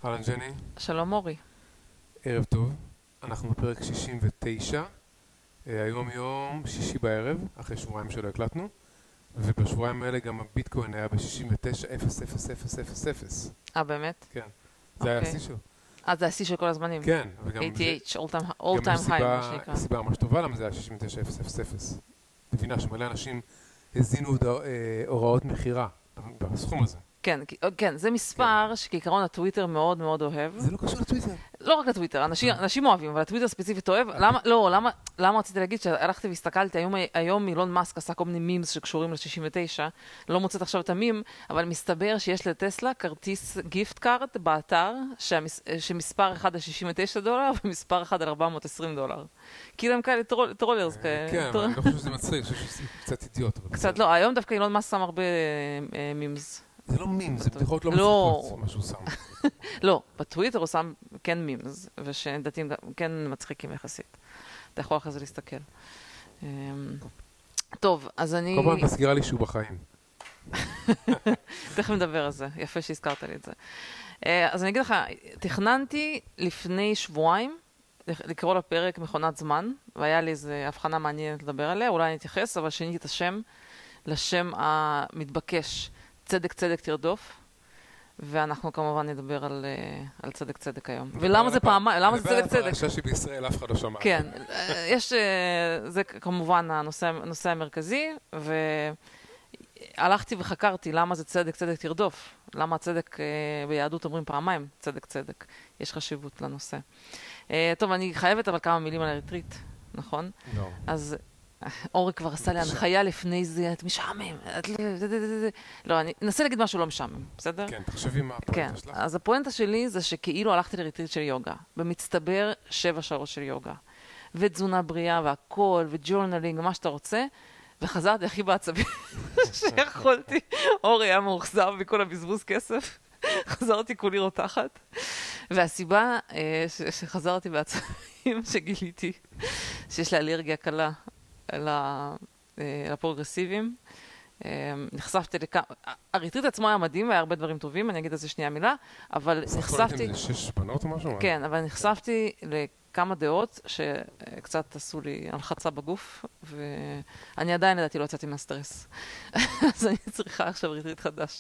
אהלן ג'ני. שלום אורי. ערב טוב. אנחנו בפרק 69. היום יום שישי בערב, אחרי שבועיים שלא הקלטנו. ובשבועיים האלה גם הביטקוין היה ב-69,000,000. באמת? כן. זה היה השיא שלו. זה השיא של כל הזמנים. כן. ATH, all time high, מה שנקרא. יש סיבה ממש טובה למה זה היה 69,000. מבינה שמלא אנשים הזינו הוראות מחירה בסכום הזה. כן, זה מספר שכעיקרון הטוויטר מאוד מאוד אוהב. זה לא קשור לטוויטר. לא רק לטוויטר, אנשים אוהבים, אבל הטוויטר ספציפית אוהב. למה רציתי להגיד שהלכתי והסתכלתי, היום אילון מאסק עשה כל מיני מימס שקשורים ל-69, לא מוצאת עכשיו את המים, אבל מסתבר שיש לטסלה כרטיס גיפט קארד באתר, שמספר 1 על $69 ומספר 1 על $420. כאילו הם כאלה טרולרס כאלה. כן, אבל אני לא חושב שזה מצחיק, אני חושב שזה קצת אידיוט. קצת לא, היום דווקא אילון מאסק שם הרבה מימס. זה לא מים, זה בדיחות לא מצחיקות, מה שהוא שם. לא, בטוויטר הוא שם כן מימס, ושדתיים כן מצחיקים יחסית. אתה יכול אחרי זה להסתכל. טוב, אז אני... כל פעם תסגירה לי שהוא בחיים. תכף נדבר על זה, יפה שהזכרת לי את זה. אז אני אגיד לך, תכננתי לפני שבועיים לקרוא לפרק מכונת זמן, והיה לי איזו הבחנה מעניינת לדבר עליה, אולי אני אתייחס, אבל שיניתי את השם לשם המתבקש. צדק צדק תרדוף, ואנחנו כמובן נדבר על צדק צדק היום. ולמה זה פעמיים? למה זה צדק צדק? נדבר על הפרשה שבישראל אף אחד לא שמע. כן, זה כמובן הנושא המרכזי, והלכתי וחקרתי למה זה צדק צדק תרדוף. למה הצדק ביהדות אומרים פעמיים צדק צדק. יש חשיבות לנושא. טוב, אני חייבת אבל כמה מילים על הריטריט, נכון? לא. אז... אורי כבר עשה לי הנחיה לפני זה, את משעמם. לא, אני אנסה להגיד משהו לא משעמם, בסדר? כן, תחשבי מה הפואנטה שלך. אז הפואנטה שלי זה שכאילו הלכתי לריטריט של יוגה, במצטבר 7 שעות של יוגה, ותזונה בריאה והכל, וג'ורנלינג, מה שאתה רוצה, וחזרתי הכי בעצבים שיכולתי. אורי היה מאוכזב מכל הבזבוז כסף, חזרתי כולי רותחת, והסיבה שחזרתי בעצבים שגיליתי שיש לי אלרגיה קלה לפרוגרסיבים. נחשפתי לכמה... הריטריט עצמו היה מדהים, והיה הרבה דברים טובים, אני אגיד על זה שנייה מילה, אבל נחשפתי... זה 6 בנות או משהו? כן, אבל נחשפתי לכמה דעות שקצת עשו לי הלחצה בגוף, ואני עדיין לדעתי לא יצאתי מהסטרס. אז אני צריכה עכשיו ריטריט חדש.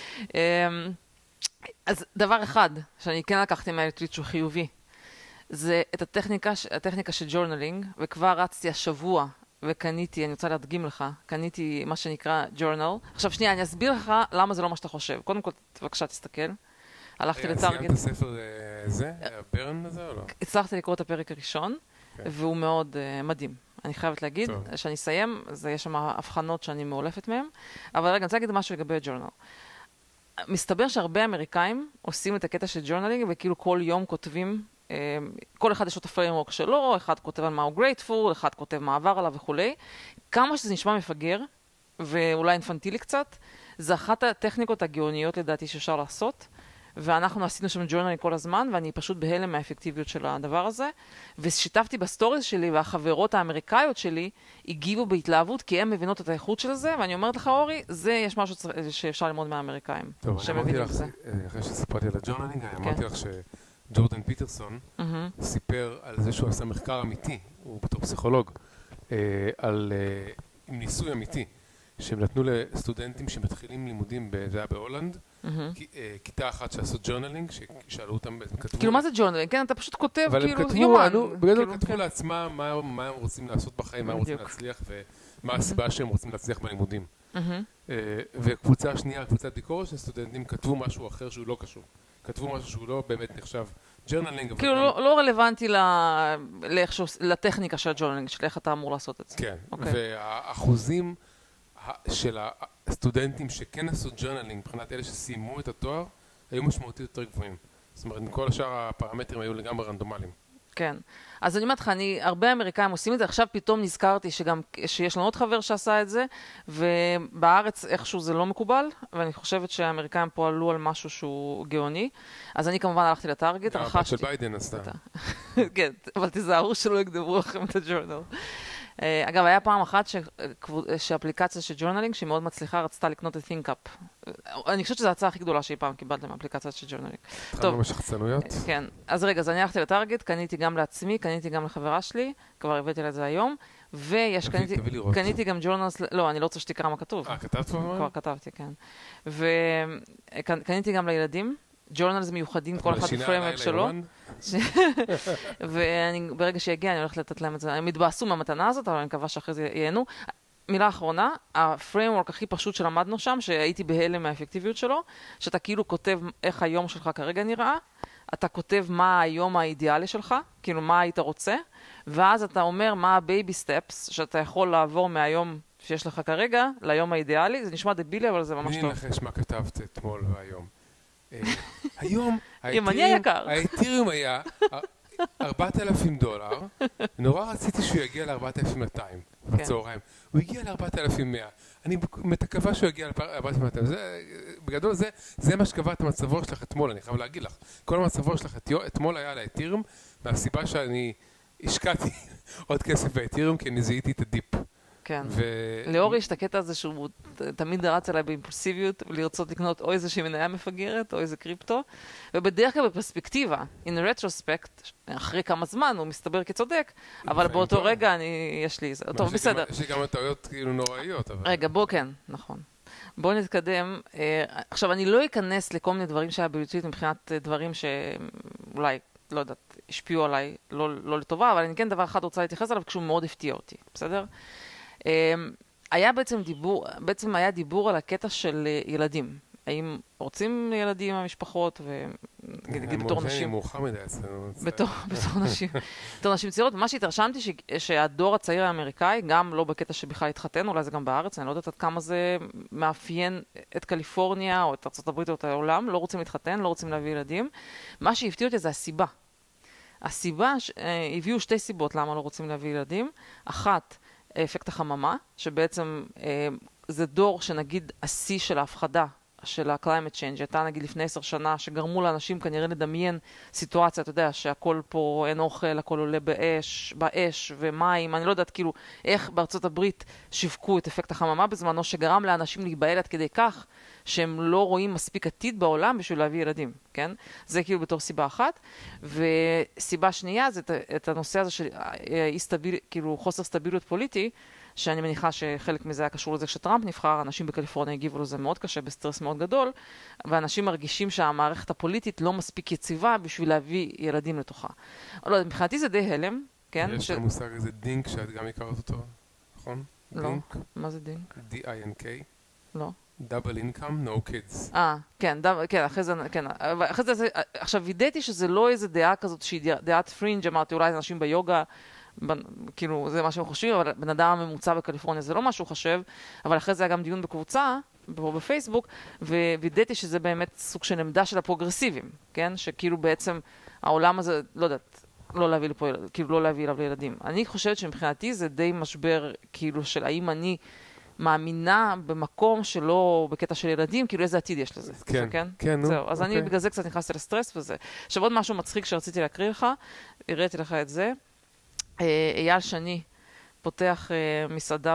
אז דבר אחד שאני כן לקחתי מהריטריט שהוא חיובי, זה את הטכניקה של ג'ורנלינג, וכבר רצתי השבוע וקניתי, אני רוצה להדגים לך, קניתי מה שנקרא ג'ורנל. עכשיו שנייה, אני אסביר לך למה זה לא מה שאתה חושב. קודם כל, בבקשה תסתכל. הלכתי לטארגט. סיימת הספר זה? הברן הזה או לא? הצלחתי לקרוא את הפרק הראשון, והוא מאוד מדהים. אני חייבת להגיד, שאני אסיים, יש שם הבחנות שאני מאולפת מהם, אבל רגע, אני רוצה להגיד משהו לגבי הג'ורנל. מסתבר שהרבה אמריקאים עושים את הקטע של ג'ורנלינג, וכאילו כל יום כותבים, כל אחד יש לו את הפריימוורק שלו, אחד כותב על מה הוא גרייטפול, אחד כותב מה עבר עליו וכולי. כמה שזה נשמע מפגר, ואולי אינפנטילי קצת, זה אחת הטכניקות הגאוניות לדעתי שאפשר לעשות, ואנחנו עשינו שם ג'ורנלינג כל הזמן, ואני פשוט בהלם מהאפקטיביות של הדבר הזה, ושיתפתי בסטוריז שלי, והחברות האמריקאיות שלי הגיבו בהתלהבות, כי הן מבינות את האיכות של זה, ואני אומרת לך, אורי, זה יש משהו שאפשר ללמוד מהאמריקאים. טוב, אני אמרתי לך, אחרי שסיפרתי על הג'ורנלינג, אני אמרתי לך ג'ורדן פיטרסון סיפר על זה שהוא עשה מחקר אמיתי, הוא בתור פסיכולוג, עם ניסוי אמיתי, שהם נתנו לסטודנטים שמתחילים לימודים בהולנד, כיתה אחת שעשו ג'ורנלינג, ששאלו אותם, כאילו מה זה ג'ורנלינג? כן, אתה פשוט כותב כאילו יומן. בגלל כתבו לעצמם מה הם רוצים לעשות בחיים, מה הם רוצים להצליח, ומה הסיבה שהם רוצים להצליח בלימודים. וקבוצה שנייה, קבוצת ביקורת, שסטודנטים כתבו משהו אחר שהוא לא קשור. כתבו משהו שהוא לא באמת נחשב ג'ורנלינג. כאילו לא רלוונטי לטכניקה של הג'ורנלינג, של איך אתה אמור לעשות את זה. כן, והאחוזים של הסטודנטים שכן עשו ג'ורנלינג, מבחינת אלה שסיימו את התואר, היו משמעותית יותר גבוהים. זאת אומרת, כל השאר הפרמטרים היו לגמרי רנדומליים. כן. אז אני אומרת לך, הרבה אמריקאים עושים את זה, עכשיו פתאום נזכרתי שיש לנו עוד חבר שעשה את זה, ובארץ איכשהו זה לא מקובל, ואני חושבת שהאמריקאים פה עלו על משהו שהוא גאוני, אז אני כמובן הלכתי לטארגט, הבת של ביידן עשתה. כן, אבל תיזהרו שלא יקדבו לכם את הג'ורנל. אגב, היה פעם אחת שאפליקציה של ג'ורנלינג, שהיא מאוד מצליחה, רצתה לקנות את ThinkUp. אני חושבת שזו ההצעה הכי גדולה שאי פעם קיבלתם מאפליקציה של ג'ורנלינג. התחלנו משחצנויות. כן. אז רגע, אז אני הלכתי לטארגט, קניתי גם לעצמי, קניתי גם לחברה שלי, כבר הבאתי לה את זה היום, קניתי גם ג'ורנלס, לא, אני לא רוצה שתקרא מה כתוב. כתבת כבר? כבר כתבתי, כן. וקניתי גם לילדים, ג'ורנלס מיוחדים, כל אחד בפריימוורק שלו. וברגע שיגיע אני הולכת לתת להם את זה. הם התבאסו מהמתנה הזאת, אבל אני מקווה שאחרי זה ייהנו. מילה אחרונה, הפריימוורק הכי פשוט שלמדנו שם, שהייתי בהלם מהאפקטיביות שלו, שאתה כאילו כותב איך היום שלך כרגע נראה, אתה כותב מה היום האידיאלי שלך, כאילו מה היית רוצה, ואז אתה אומר מה הבייבי סטפס, שאתה יכול לעבור מהיום שיש לך כרגע, ליום האידיאלי. זה נשמע דבילי, אבל זה ממש טוב. אני נחש מה כתבת אתמול והיום. היום, האתיריום היה $4,000, נורא רציתי שהוא יגיע ל-4,200 בצהריים. הוא הגיע ל-4,100. אני מתקווה שהוא יגיע ל-4,200. בגדול זה מה שקבעת המצבור שלך אתמול, אני חייב להגיד לך. כל המצבור שלך אתמול היה על האתיריום, מהסיבה שאני השקעתי עוד כסף באתיריום, כי אני זיהיתי את הדיפ. כן. לאורי יש את הקטע הזה שהוא תמיד רץ עליי באימפולסיביות, לרצות לקנות או איזושהי מניה מפגרת, או איזה קריפטו, ובדרך כלל בפרספקטיבה, in retrospect, אחרי כמה זמן הוא מסתבר כצודק, אבל באותו רגע יש לי איזה, טוב, בסדר. יש לי גם טעויות כאילו נוראיות. רגע, בוא כן, נכון. בואו נתקדם. עכשיו, אני לא אכנס לכל מיני דברים שהיה ביוטיוב מבחינת דברים שאולי, לא יודעת, השפיעו עליי לא לטובה, אבל אני כן דבר אחד רוצה להתייחס עליו כשהוא מאוד הפתיע אותי, בסדר? היה בעצם היה דיבור על הקטע של ילדים. האם רוצים ילדים מהמשפחות, ונגיד בתור נשים... מאוחר מדי אצלנו. בתור נשים צעירות. מה שהתרשמתי שהדור הצעיר האמריקאי, גם לא בקטע שבכלל התחתן, אולי זה גם בארץ, אני לא יודעת עד כמה זה מאפיין את קליפורניה, או את ארצות הברית או את העולם, לא רוצים להתחתן, לא רוצים להביא ילדים. מה שהפתיע אותי זה הסיבה. הסיבה, הביאו שתי סיבות למה לא רוצים להביא ילדים. אחת, אפקט החממה, שבעצם זה דור שנגיד השיא של ההפחדה של ה-climate change, הייתה נגיד לפני 10 שנה, שגרמו לאנשים כנראה לדמיין סיטואציה, אתה יודע, שהכל פה אין אוכל, הכל עולה באש ומים, אני לא יודעת כאילו איך בארצות הברית שיווקו את אפקט החממה בזמנו, שגרם לאנשים להיבהל עד כדי כך, שהם לא רואים מספיק עתיד בעולם בשביל להביא ילדים, כן? זה כאילו בתור סיבה אחת. וסיבה שנייה זה את הנושא הזה של כאילו חוסר סטביליות פוליטי, שאני מניחה שחלק מזה היה קשור לזה כשטראמפ נבחר, אנשים בקליפורניה הגיבו לזה מאוד קשה, בסטרס מאוד גדול, ואנשים מרגישים שהמערכת הפוליטית לא מספיק יציבה בשביל להביא ילדים לתוכה. לא, מבחינתי זה די הלם, כן? יש המושג הזה דינק, שאת גם הכרת אותו, נכון? לא. מה זה דינק? D-I-N-K. לא. Double income, no kids. כן, אחרי זה, עכשיו וידאתי שזה לא איזה דעה כזאת שהיא דעת פרינג', אמרתי אולי זה אנשים ביוגה, כאילו זה מה שהם חושבים, אבל בן אדם הממוצע בקליפורניה זה לא מה שהוא חושב, אבל אחרי זה היה גם דיון בקבוצה, בפייסבוק, ווידאתי שזה באמת סוג של עמדה של הפרוגרסיבים, כן? שכאילו בעצם העולם הזה, לא יודעת, לא להביא לפה, כאילו לא להביא אליו לילדים. אני חושבת שמבחינתי זה די משבר, כאילו של האם אני מאמינה במקום שלא בקטע של ילדים, כאילו איזה עתיד יש לזה. כן, זהו, אז אני בגלל זה קצת נכנסתי לסטרס וזה. עכשיו עוד משהו מצחיק שרציתי להקריא לך, הראיתי לך את זה. אייל שני פותח מסעדה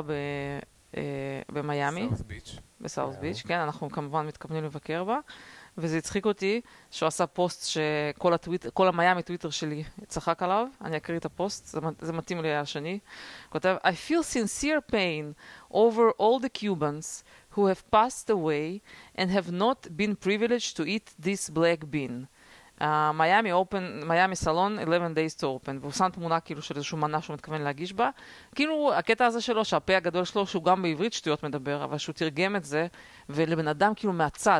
במיימי. סאות' ביץ'. בסאות' ביץ', כן, אנחנו כמובן מתכוונים לבקר בה. וזה הצחיק אותי שהוא עשה פוסט שכל המיימי טוויטר שלי צחק עליו. אני אקריא את הפוסט, זה מתאים לאייל שני. כותב, I feel sincere pain over all the Cubans who have passed away and have not been privileged to eat this black bean. מיימי סלון, 11 days to open, והוא שם תמונה כאילו של איזשהו מנה שהוא מתכוון להגיש בה. כאילו הקטע הזה שלו, שהפה הגדול שלו, שהוא גם בעברית שטויות מדבר, אבל שהוא תרגם את זה, ולבן אדם כאילו מהצד,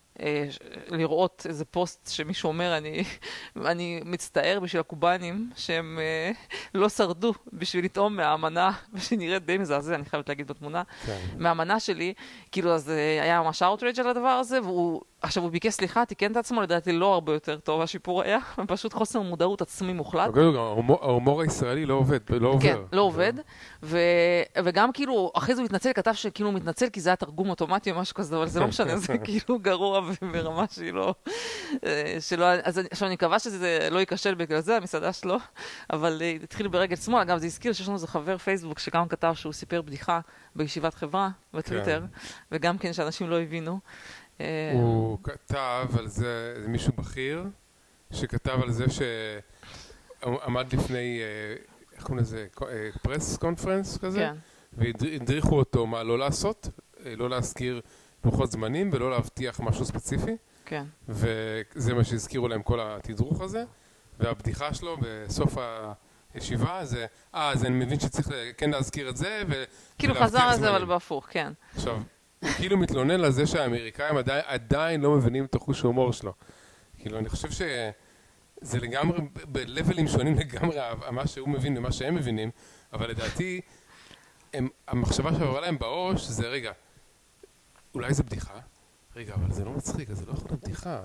לראות איזה פוסט שמישהו אומר, אני מצטער בשביל הקובנים שהם לא שרדו בשביל לטעום מהאמנה, ושנראית די מזעזע, אני חייבת להגיד בתמונה, מהאמנה שלי, כאילו אז היה ממש outrage על הדבר הזה, והוא עכשיו הוא ביקש סליחה, תיקן את עצמו, לדעתי לא הרבה יותר טוב, השיפור היה, פשוט חוסר מודעות עצמי מוחלט. ההומור הישראלי לא עובד, לא עובר. כן, לא עובד, וגם כאילו, אחרי זה הוא התנצל, כתב שכאילו הוא מתנצל, כי זה היה תרגום אוטומטי או משהו כזה, אבל זה לא משנה, זה כאילו גרוע ברמה שלא, אז עכשיו אני מקווה שזה לא ייכשל בגלל זה, המסעדה שלו, אבל התחיל ברגל שמאל, אגב זה הזכיר שיש לנו איזה חבר פייסבוק, שגם כתב שהוא סיפר בדיחה בישיבת חברה, בטוויטר, וגם כן שאנשים לא הבינו. הוא כתב על זה, זה מישהו בכיר, שכתב על זה שעמד לפני, איך קוראים לזה, פרס קונפרנס כזה, והדריכו אותו מה לא לעשות, לא להזכיר לוחות זמנים ולא להבטיח משהו ספציפי, וזה מה שהזכירו להם כל התדרוך הזה, והבדיחה שלו בסוף הישיבה זה, אז אני מבין שצריך כן להזכיר את זה, כאילו חזר על זה אבל בהפוך, כן. עכשיו, הוא כאילו מתלונן על זה שהאמריקאים עדיין לא מבינים את החוש ההומור שלו. כאילו, אני חושב שזה לגמרי, בלבלים שונים לגמרי, מה שהוא מבין ומה שהם מבינים, אבל לדעתי, המחשבה שעברה להם בראש, זה רגע, אולי זה בדיחה? רגע, אבל זה לא מצחיק, אז זה לא יכול להיות בדיחה.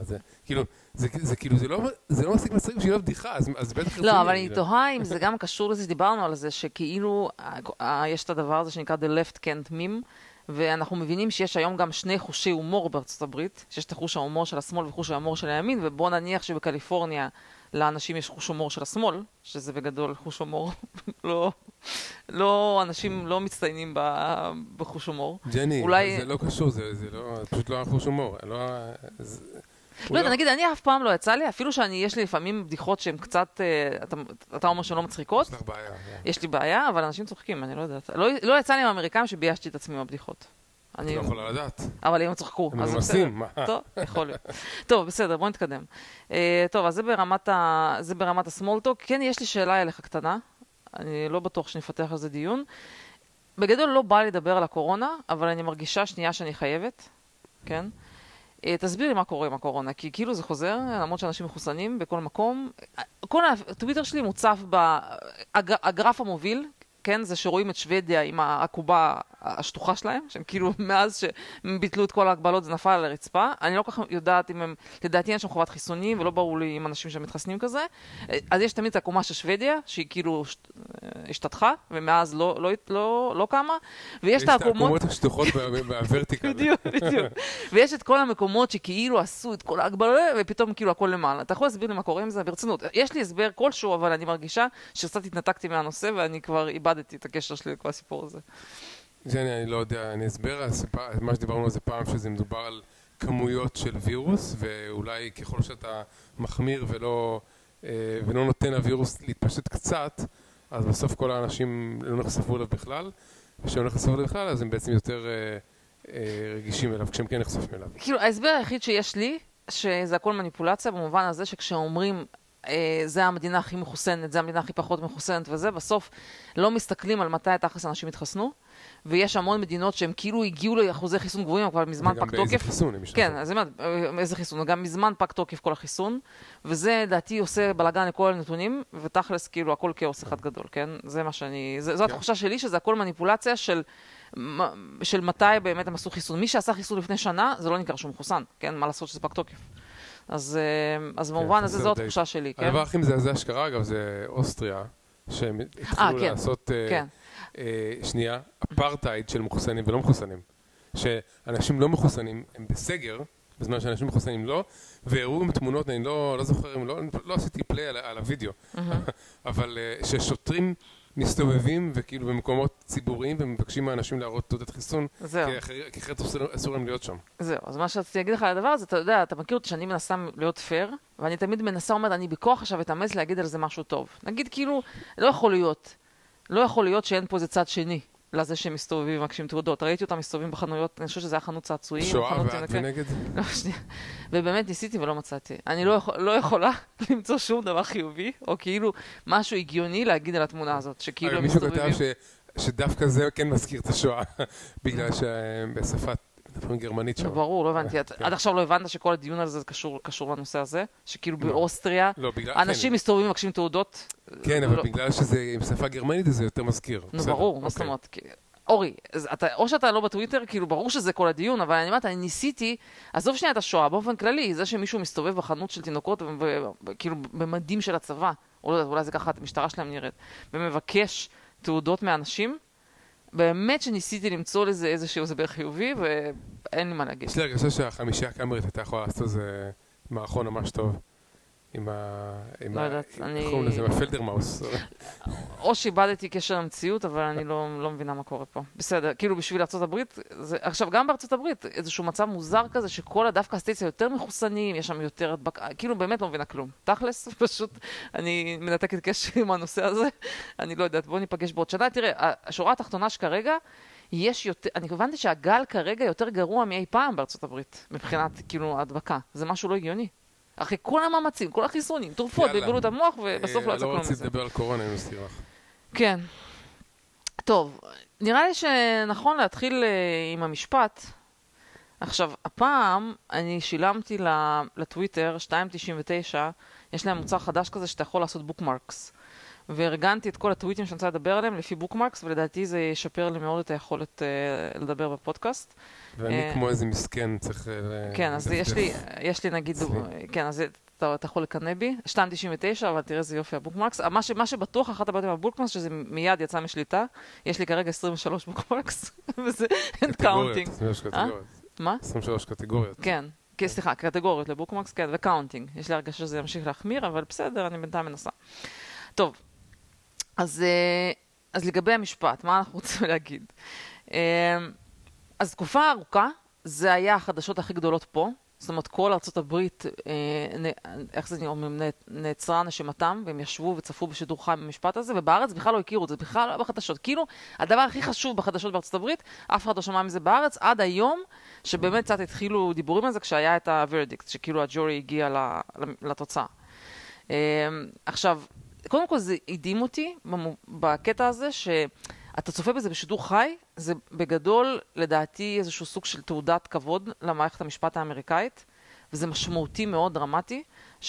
זה לא מספיק מצחיק בשביל בדיחה, אז בטח... לא, אבל אני תוהה אם זה גם קשור לזה שדיברנו על זה, שכאילו, יש את הדבר הזה שנקרא The Left Can't Meme, ואנחנו מבינים שיש היום גם שני חושי הומור בארצות הברית, שיש את חוש ההומור של השמאל וחוש ההומור של הימין, ובוא נניח שבקליפורניה לאנשים יש חוש הומור של השמאל, שזה בגדול חוש הומור, לא, אנשים לא מצטיינים בחוש הומור. ג'ני, זה לא קשור, זה פשוט לא חוש הומור. לא יודע, נגיד, אני אף פעם לא יצא לי, אפילו יש לי לפעמים בדיחות שהן קצת, אתה אומר שהן לא מצחיקות. יש לך בעיה. יש לי בעיה, אבל אנשים צוחקים, אני לא יודעת. לא יצא לי עם האמריקאים שביישתי את עצמי מהבדיחות. אני לא יכולה לדעת. אבל הם צוחקו. הם מנסים. טוב, יכול להיות. טוב, בסדר, בוא נתקדם. טוב, אז זה ברמת הסמולטוק. כן, יש לי שאלה אליך קטנה. אני לא בטוח שנפתח על זה דיון. בגדול לא בא לדבר על הקורונה, אבל אני מרגישה שנייה שאני חייבת. כן? תסביר לי מה קורה עם הקורונה, כי כאילו זה חוזר, למרות שאנשים מחוסנים בכל מקום. כל הטוויטר שלי מוצף בגרף המוביל, כן? זה שרואים את שוודיה עם העקובה השטוחה שלהם, שהם כאילו מאז שהם ביטלו את כל ההגבלות זה נפל על הרצפה. אני לא כל כך יודעת אם הם, לדעתי אין שם חובת חיסונים, ולא ברור לי אם אנשים שמתחסנים כזה. אז יש תמיד את העקומה של שוודיה, שהיא כאילו השתתחה, ומאז לא קמה. ויש את העקומות השטוחות בוורטיקל. בדיוק. ויש את כל המקומות שכאילו עשו את כל ההגבלות, ופתאום כאילו הכל למעלה. אתה יכול להסביר לי מה קורה עם זה? ברצינות. יש לי הסבר כלשהו, אבל אני מרגישה שקצת התנתקתי מהנושא, ואני כבר איבדתי את הקשר שלי לכל הסיפור הזה. אני לא יודע, אני אסבר על מה שדיברנו על זה פעם, שזה מדובר על כמויות של וירוס, ואולי ככל שאתה מחמיר ולא נותן לווירוס להתפשט קצת, אז בסוף כל האנשים לא נחשפו אליו בכלל, ושהם לא נחשפו אליו בכלל, אז הם בעצם יותר רגישים אליו, כשהם כן נחשפים אליו. כאילו, ההסבר היחיד שיש לי, שזה הכל מניפולציה, במובן הזה שכשאומרים, זה המדינה הכי מחוסנת, זה המדינה הכי פחות מחוסנת וזה, בסוף לא מסתכלים על מתי תכלס אנשים התחסנו, ויש המון מדינות שהם כאילו הגיעו לאחוזי חיסון גבוהים, אבל מזמן פג תוקף. וגם באיזה חיסון הם כן, אז איזה חיסון, גם מזמן פג תוקף כל החיסון, וזה דעתי עושה בלגן לכל הנתונים, ותכלס כאילו הכל כאוס אחד גדול, כן? זה מה שאני, זו התחושה שלי שזה הכל מניפולציה של מתי באמת הם עשו חיסון. מי שעשה חיסון לפני שנה, זה לא נקרא שהוא מחוסן, כן? מה לעשות שזה פג תוקף. אז במובן הזה זו התחושה שלי, כן? הדבר הכי מזעזע שקרה, אגב, זה אוסטריה, שהם התחילו לעשות, שנייה, אפרטייד של מחוסנים ולא מחוסנים. שאנשים לא מחוסנים, הם בסגר, בזמן שאנשים מחוסנים לא, והראו עם תמונות, אני לא זוכר, לא עשיתי פליי על הוידאו, אבל ששוטרים מסתובבים וכאילו במקומות ציבוריים ומבקשים מהאנשים להראות תעודת חיסון, כי אחרת אסור להם להיות שם. זהו, אז מה שרציתי להגיד לך על הדבר הזה, אתה יודע, אתה מכיר אותי שאני מנסה להיות פייר, ואני תמיד מנסה, אומרת, אני בכוח עכשיו אתאמץ להגיד על זה משהו טוב. נגיד כאילו, לא יכול להיות שאין פה איזה צד שני לזה שהם מסתובבים ומקשים תעודות. ראיתי אותם מסתובבים בחנויות, אני חושב שזה היה חנות צעצועים. שואה ואת ונגד? לא, שנייה. ובאמת ניסיתי ולא מצאתי. אני לא יכולה למצוא שום דבר חיובי, או כאילו משהו הגיוני להגיד על התמונה הזאת, שכאילו הם מסתובבים. מישהו כתב שדווקא זה כן מזכיר את השואה, בגלל שבשפת גרמנית שם. ברור, לא הבנתי. עד עכשיו לא הבנת שכל הדיון הזה קשור לנושא הזה, שכאילו באוסטריה, אנשים מסתובבים ומקשים תעודות. כן, אבל בגלל שזה עם שפה גרמנית זה יותר מזכיר. ברור, מה זאת אומרת? אורי, או שאתה לא בטוויטר, כאילו ברור שזה כל הדיון, אבל אני אומרת, אני ניסיתי, עזוב שנייה את השואה, באופן כללי, זה שמישהו מסתובב בחנות של תינוקות, כאילו במדים של הצבא, או לא יודעת, אולי זה ככה, המשטרה שלהם נראית, ומבקש תעודות מאנשים, באמת שניסיתי למצוא לזה איזשהו הסבר חיובי, ואין לי מה להגיד. יש לי הרגשה שהחמישי הקאמרית הייתה יכולה לעשות איזה מערכון ממש טוב. לא יודעת, אני... קוראים לזה פלדרמאוס. או שאיבדתי קשר למציאות, אבל אני לא מבינה מה קורה פה. בסדר, כאילו בשביל ארצות הברית, עכשיו גם בארצות הברית, איזשהו מצב מוזר כזה, שכל דווקא הסטייטס יותר מחוסנים, יש שם יותר הדבקה, כאילו באמת לא מבינה כלום. תכלס, פשוט, אני מנתקת קשר עם הנושא הזה, אני לא יודעת, בואו ניפגש בעוד שנה. תראה, השורה התחתונה שכרגע, יש יותר, אני הבנתי שהגל כרגע יותר גרוע מאי פעם בארצות הברית, מבחינת כאילו ההדבקה. זה משהו לא הגיוני. אחרי כל המאמצים, כל החיסונים, תרופות, בלבלו את המוח, ובסוף לא יצא כלום מזה. לא רציתי לדבר על קורונה, אני מסתיר לך. כן. טוב, נראה לי שנכון להתחיל עם המשפט. עכשיו, הפעם אני שילמתי לטוויטר 2.99, יש להם מוצר חדש כזה שאתה יכול לעשות בוקמרקס. וארגנתי את כל הטוויטים שאני רוצה לדבר עליהם לפי בוקמרקס, ולדעתי זה ישפר לי מאוד את היכולת לדבר בפודקאסט. ואני כמו איזה מסכן צריך... כן, אז יש לי נגיד... כן, אז אתה יכול לקנה בי. 2.99, אבל תראה איזה יופי הבוקמרקס. מה שבטוח, אחת הבעיות עם הבוקמרקס, שזה מיד יצא משליטה. יש לי כרגע 23 בוקמרקס, וזה קאונטינג. 23 קטגוריות. מה? 23 קטגוריות. כן. סליחה, קטגוריות לבוקמרקס, כן, וקאונטינג. יש לי הרגשה שזה ימשיך להחמיר, אבל בסדר, אני בינתיים מנסה. טוב. אז לגבי המשפט, מה אנחנו רוצים להגיד? אז תקופה ארוכה, זה היה החדשות הכי גדולות פה, זאת אומרת, כל ארצות הברית, איך זה נעצרה נשימתם, והם ישבו וצפו בשידור חי במשפט הזה, ובארץ בכלל לא הכירו את זה, בכלל לא בחדשות. כאילו, הדבר הכי חשוב בחדשות בארצות הברית, אף אחד לא שמע מזה בארץ, עד היום, שבאמת קצת התחילו דיבורים על זה, כשהיה את הוורדיקט, שכאילו הג'ורי הגיע לתוצאה. עכשיו, קודם כל זה הדהים אותי בקטע הזה שאתה צופה בזה בשידור חי, זה בגדול לדעתי איזשהו סוג של תעודת כבוד למערכת המשפט האמריקאית, וזה משמעותי מאוד דרמטי,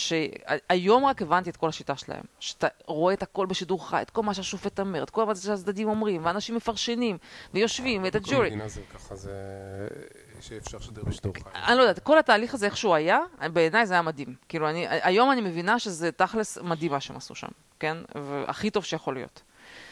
שהיום רק הבנתי את כל השיטה שלהם, שאתה רואה את הכל בשידור חי, את כל מה שהשופט אומר, את כל מה שהצדדים אומרים, ואנשים מפרשנים, ויושבים, ואת הג'ורי. כל מדינה זה ככה, זה שאפשר לשדר בשידור חי. אני לא יודעת, כל התהליך הזה איכשהו היה, בעיניי זה היה מדהים. כאילו, היום אני מבינה שזה תכלס מדהים מה שהם עשו שם, כן? והכי טוב שיכול להיות.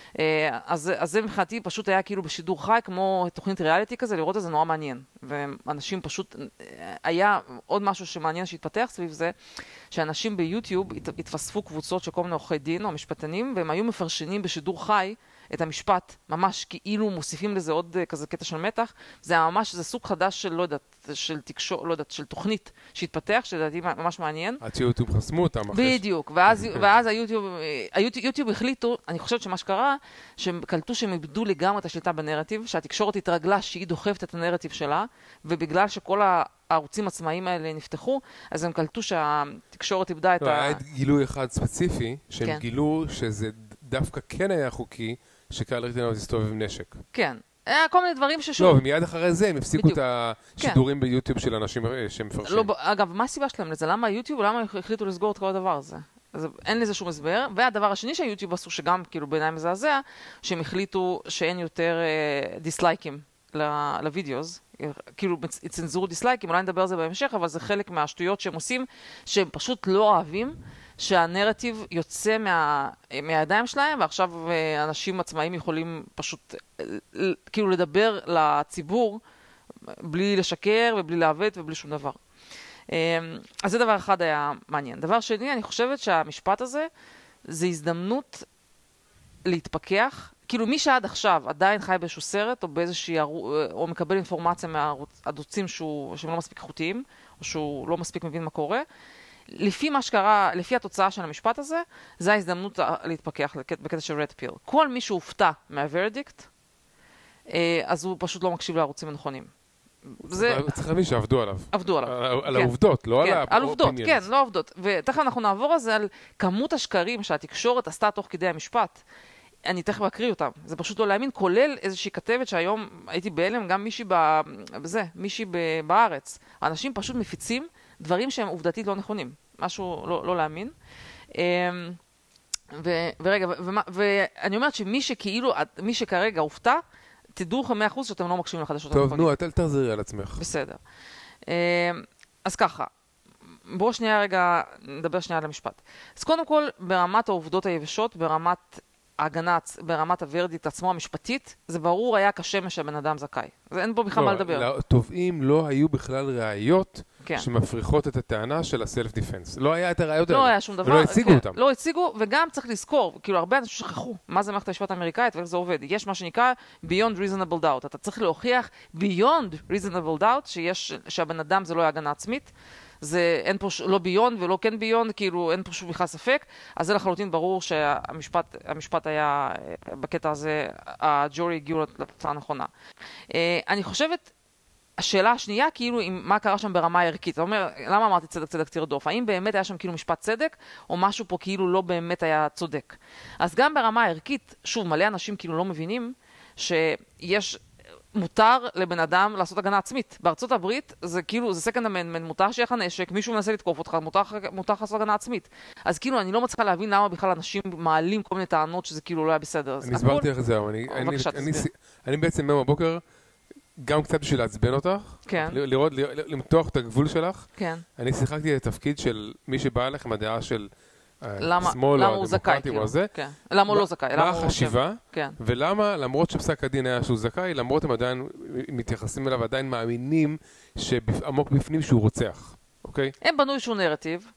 אז זה מבחינתי פשוט היה כאילו בשידור חי, כמו תוכנית ריאליטי כזה, לראות את זה נורא מעניין. ואנשים פשוט, היה עוד משהו שמעניין שהתפתח סביב זה, שאנשים ביוטיוב התווספו קבוצות של כל מיני עורכי דין או משפטנים, והם היו מפרשנים בשידור חי את המשפט, ממש כאילו מוסיפים לזה עוד כזה קטע של מתח. זה ממש, זה סוג חדש של, לא יודעת, של תקשור, לא יודעת, של תוכנית שהתפתח, שלדעתי ממש מעניין. עד שיוטיוב חסמו אותם. בדיוק, ואז היוטיוב החליטו, אני חושבת שמה שקרה, שהם קלטו שהם איבדו לגמרי את השליטה בנרטיב, שהתקשורת התרגלה שהיא דוחפת את הנרטיב שלה, ובגלל שכל הערוצים עצמאיים האלה נפתחו, אז הם קלטו שהתקשורת איבדה את היה גילוי אחד ספציפי, שהם גילו שזה דווקא כן היה חוקי, שקהל רטינאו תסתובב עם נשק. כן. היה כל מיני דברים ששוב... לא, ומיד אחרי זה הם הפסיקו את השידורים ביוטיוב של אנשים שמפרשים. לא, אגב, מה הסיבה שלהם לזה? למה היוטיוב, למה החליטו לסגור את כל הדבר הזה? אז אין לזה שום הסבר. והדבר השני שהיוטיוב עשו, שגם כאילו בעיניי מזעזע, שהם החליטו שאין יותר דיסלייקים לוידאוס. כאילו צנזרו דיסלייקים, אולי נדבר על זה בהמשך, אבל זה חלק מהשטויות שהם עושים, שהם פשוט לא אוהבים. שהנרטיב יוצא מהידיים שלהם, ועכשיו אנשים עצמאיים יכולים פשוט כאילו לדבר לציבור בלי לשקר ובלי לעוות ובלי שום דבר. אז זה דבר אחד היה מעניין. דבר שני, אני חושבת שהמשפט הזה זה הזדמנות להתפכח. כאילו מי שעד עכשיו עדיין חי באיזשהו סרט או באיזושהי או מקבל אינפורמציה מהערוצים שהם לא מספיק איכותיים או שהוא לא מספיק מבין מה קורה, לפי מה שקרה, לפי התוצאה של המשפט הזה, זה ההזדמנות להתפכח בקטע של רד פיל. כל מי שהופתע מהוורדיקט, אז הוא פשוט לא מקשיב לערוצים הנכונים. צריך להבין שעבדו עליו. עבדו עליו. על העובדות, לא על על עובדות, כן, לא עובדות. ותכף אנחנו נעבור על זה, על כמות השקרים שהתקשורת עשתה תוך כדי המשפט. אני תכף אקריא אותם. זה פשוט לא להאמין, כולל איזושהי כתבת שהיום הייתי בהלם, גם מישהי בארץ. האנשים פשוט מפיצים דברים שהם עובדתית לא נכונים. משהו לא להאמין. ורגע, ואני אומרת שמי שכרגע הופתע, תדעו לכם 100% שאתם לא מקשיבים לחדשות טוב, נו, אל תחזרי על עצמך. בסדר. אז ככה, בואו שנייה רגע, נדבר שנייה על המשפט. אז קודם כל, ברמת העובדות היבשות, ברמת ההגנה, ברמת הוורדית עצמו המשפטית, זה ברור היה כשמש שהבן אדם זכאי. אין פה בכלל מה לדבר. לתובעים לא היו בכלל ראיות שמפריחות את הטענה של הסלף דיפנס. לא היה את הראיות האלה. לא היה שום דבר. ולא הציגו אותם. לא הציגו, וגם צריך לזכור, כאילו הרבה אנשים שכחו מה זה מערכת המשפט האמריקאית ואיך זה עובד. יש מה שנקרא beyond reasonable doubt. אתה צריך להוכיח beyond reasonable doubt שהבן אדם זה לא היה הגנה עצמית. זה אין פה לא ביונד ולא כן ביונד, כאילו אין פה שום בכלל ספק, אז זה לחלוטין ברור שהמשפט היה, בקטע הזה, הג'ורי הגיעו לתוצאה הנכונה. אני חושבת, השאלה השנייה, כאילו, מה קרה שם ברמה הערכית? זאת אומרת, למה אמרתי צדק צדק תרדוף? האם באמת היה שם כאילו משפט צדק, או משהו פה כאילו לא באמת היה צודק? אז גם ברמה הערכית, שוב, מלא אנשים כאילו לא מבינים שיש מותר לבן אדם לעשות הגנה עצמית. בארצות הברית זה כאילו, זה סקנד אמנדמנט, מותר שיהיה לך נשק, מישהו מנסה לתקוף אותך, מותר לעשות הגנה עצמית. אז כאילו, אני לא מצליחה להבין למה בכלל אנשים מעלים כל מיני טענות שזה כאילו לא היה בסדר. אני הסברתי איך זהו, אני בעצם מהיום הבוקר, גם קצת בשביל לעצבן אותך, לראות, למתוח את הגבול שלך, אני שיחקתי את התפקיד של מי שבא אליך עם הדעה של שמאל או הדמוקרטי או זה. למה הוא לא זכאי? מה החשיבה, ולמה למרות שפסק הדין היה שהוא זכאי, למרות הם עדיין מתייחסים אליו, עדיין מאמינים שעמוק בפנים שהוא רוצח. אוקיי? הם בנו איזשהו נרטיב,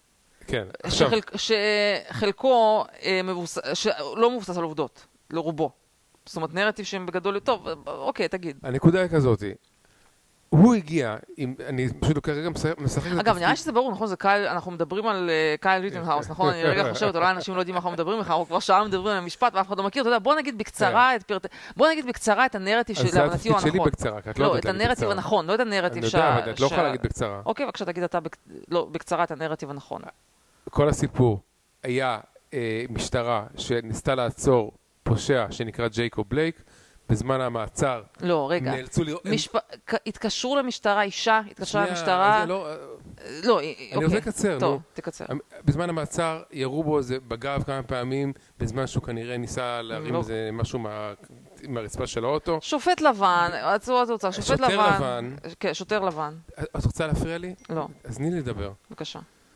שחלקו לא מבוסס על עובדות, לרובו. זאת אומרת, נרטיב שהם בגדול, טוב, אוקיי, תגיד. הנקודה היא כזאת, הוא הגיע, אני פשוט כרגע משחק... אגב, נראה שזה ברור, נכון? אנחנו מדברים על קייל ריטנהאוס, נכון? אני רגע חושבת, אולי אנשים לא יודעים מה אנחנו מדברים, אנחנו כבר שעה מדברים על המשפט ואף אחד לא מכיר, אתה יודע, בוא נגיד בקצרה את הנרטיב של להבנתי הוא הנכון. שלי בקצרה, כי את לא יודעת להגיד בקצרה. לא, את הנרטיב הנכון, לא את הנרטיב אני יודע, אבל את לא יכולה להגיד בקצרה. אוקיי, בבקשה, תגיד אתה בקצרה את הנרטיב הנכון. כל הסיפור היה משטרה שניסתה לעצור פושע שנקרא ג'ייקוב בלייק, בזמן המעצר. לא, רגע. התקשרו למשטרה, אישה, התקשרה למשטרה. לא, אני רוצה לקצר, טוב, תקצר. בזמן המעצר ירו בו בגב כמה פעמים, בזמן שהוא כנראה ניסה להרים איזה משהו מהרצפה של האוטו. שופט לבן, שוטר לבן. כן, שוטר לבן. את רוצה להפריע לי? לא. אז תני לי לדבר. בבקשה.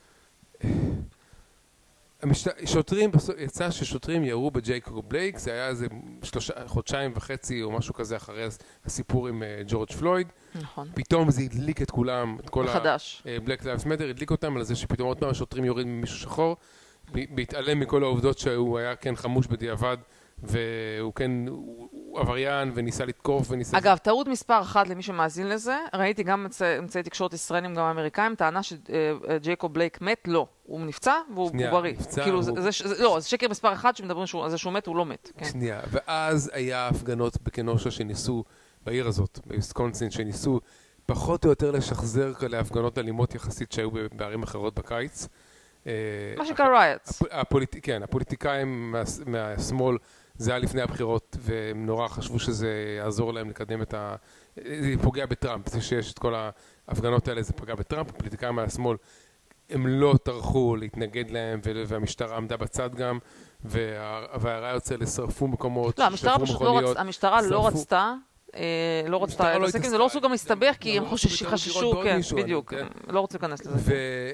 שוטרים, יצא ששוטרים ירו בג'ייקוב בלייק, זה היה איזה חודשיים וחצי או משהו כזה אחרי הסיפור עם ג'ורג' פלויד. נכון. פתאום זה הדליק את כולם, את כל מחדש. ה-Black Lives Matter, הדליק אותם על זה שפתאום עוד פעם השוטרים יורים ממישהו שחור, בהתעלם מכל העובדות שהוא היה כן חמוש בדיעבד, והוא כן עבריין וניסה לתקוף וניסה... אגב, טעות מספר אחת למי שמאזין לזה, ראיתי גם אמצעי תקשורת ישראלים, גם אמריקאים, טענה שג'ייקוב בלייק מת, לא. הוא נפצע והוא בריא. כאילו, לא, זה שקר מספר אחד שמדברים על זה שהוא מת, הוא לא מת. שנייה, ואז היה הפגנות בקנושה שניסו, בעיר הזאת, בוויסקונסין, שניסו פחות או יותר לשחזר כאלה הפגנות אלימות יחסית שהיו בערים אחרות בקיץ. מה שנקרא רייטס. כן, הפוליטיקאים מהשמאל, זה היה לפני הבחירות, והם נורא חשבו שזה יעזור להם לקדם את ה... זה פוגע בטראמפ, זה שיש את כל ההפגנות האלה, זה פגע בטראמפ, הפוליטיקאים מהשמאל, הם לא טרחו להתנגד להם, והמשטרה עמדה בצד גם, והרעיון יוצא לשרפו מקומות, לא, המשטרה לא רצתה, זה לא רצו גם להסתבך, כי הם חששו, כן, בדיוק, לא רצו להיכנס לזה.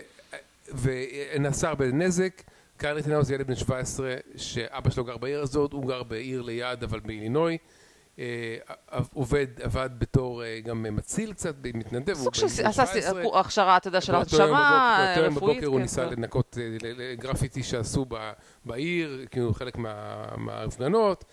ונעשה הרבה נזק, קייל ריטנהאוס זה ילד בן 17, שאבא שלו גר בעיר הזאת, הוא גר בעיר ליד, אבל באילינוי, עבד בתור גם מציל קצת, מתנדב, סוג שעשה הכשרה, אתה יודע, של הרשמה, רפואית. בבוקר הוא ניסה לנקות גרפיטי שעשו בעיר, כאילו חלק מההפגנות,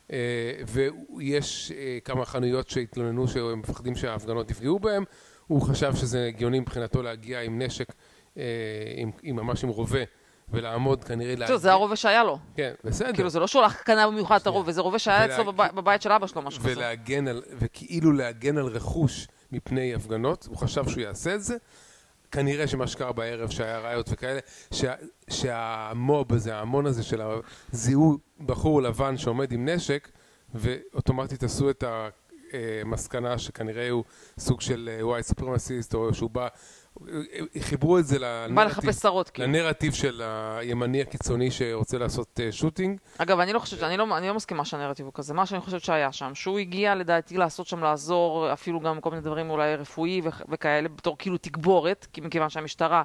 ויש כמה חנויות שהתלוננו שהם מפחדים שההפגנות יפגעו בהם, הוא חשב שזה הגיוני מבחינתו להגיע עם נשק, ממש עם רובה, ולעמוד כנראה... זה הרובה שהיה לו. כן, בסדר. כאילו זה לא שהוא הלך קנה במיוחד את הרובה, זה רובה שהיה אצלו בבית של אבא שלו, משהו כזה. וכאילו להגן על רכוש מפני הפגנות, הוא חשב שהוא יעשה את זה, כנראה שמה שקרה בערב שהיה ראיות וכאלה, שהמוב הזה, ההמון הזה של זיהו בחור לבן שעומד עם נשק, ואוטומטית עשו את המסקנה שכנראה הוא סוג של white supremacist, או שהוא בא חיברו את זה לנרטיב של הימני הקיצוני שרוצה לעשות שוטינג. אגב, אני לא מסכימה שהנרטיב הוא כזה. מה שאני חושבת שהיה שם, שהוא הגיע לדעתי לעשות שם לעזור, אפילו גם כל מיני דברים אולי רפואי וכאלה, בתור כאילו תגבורת, מכיוון שהמשטרה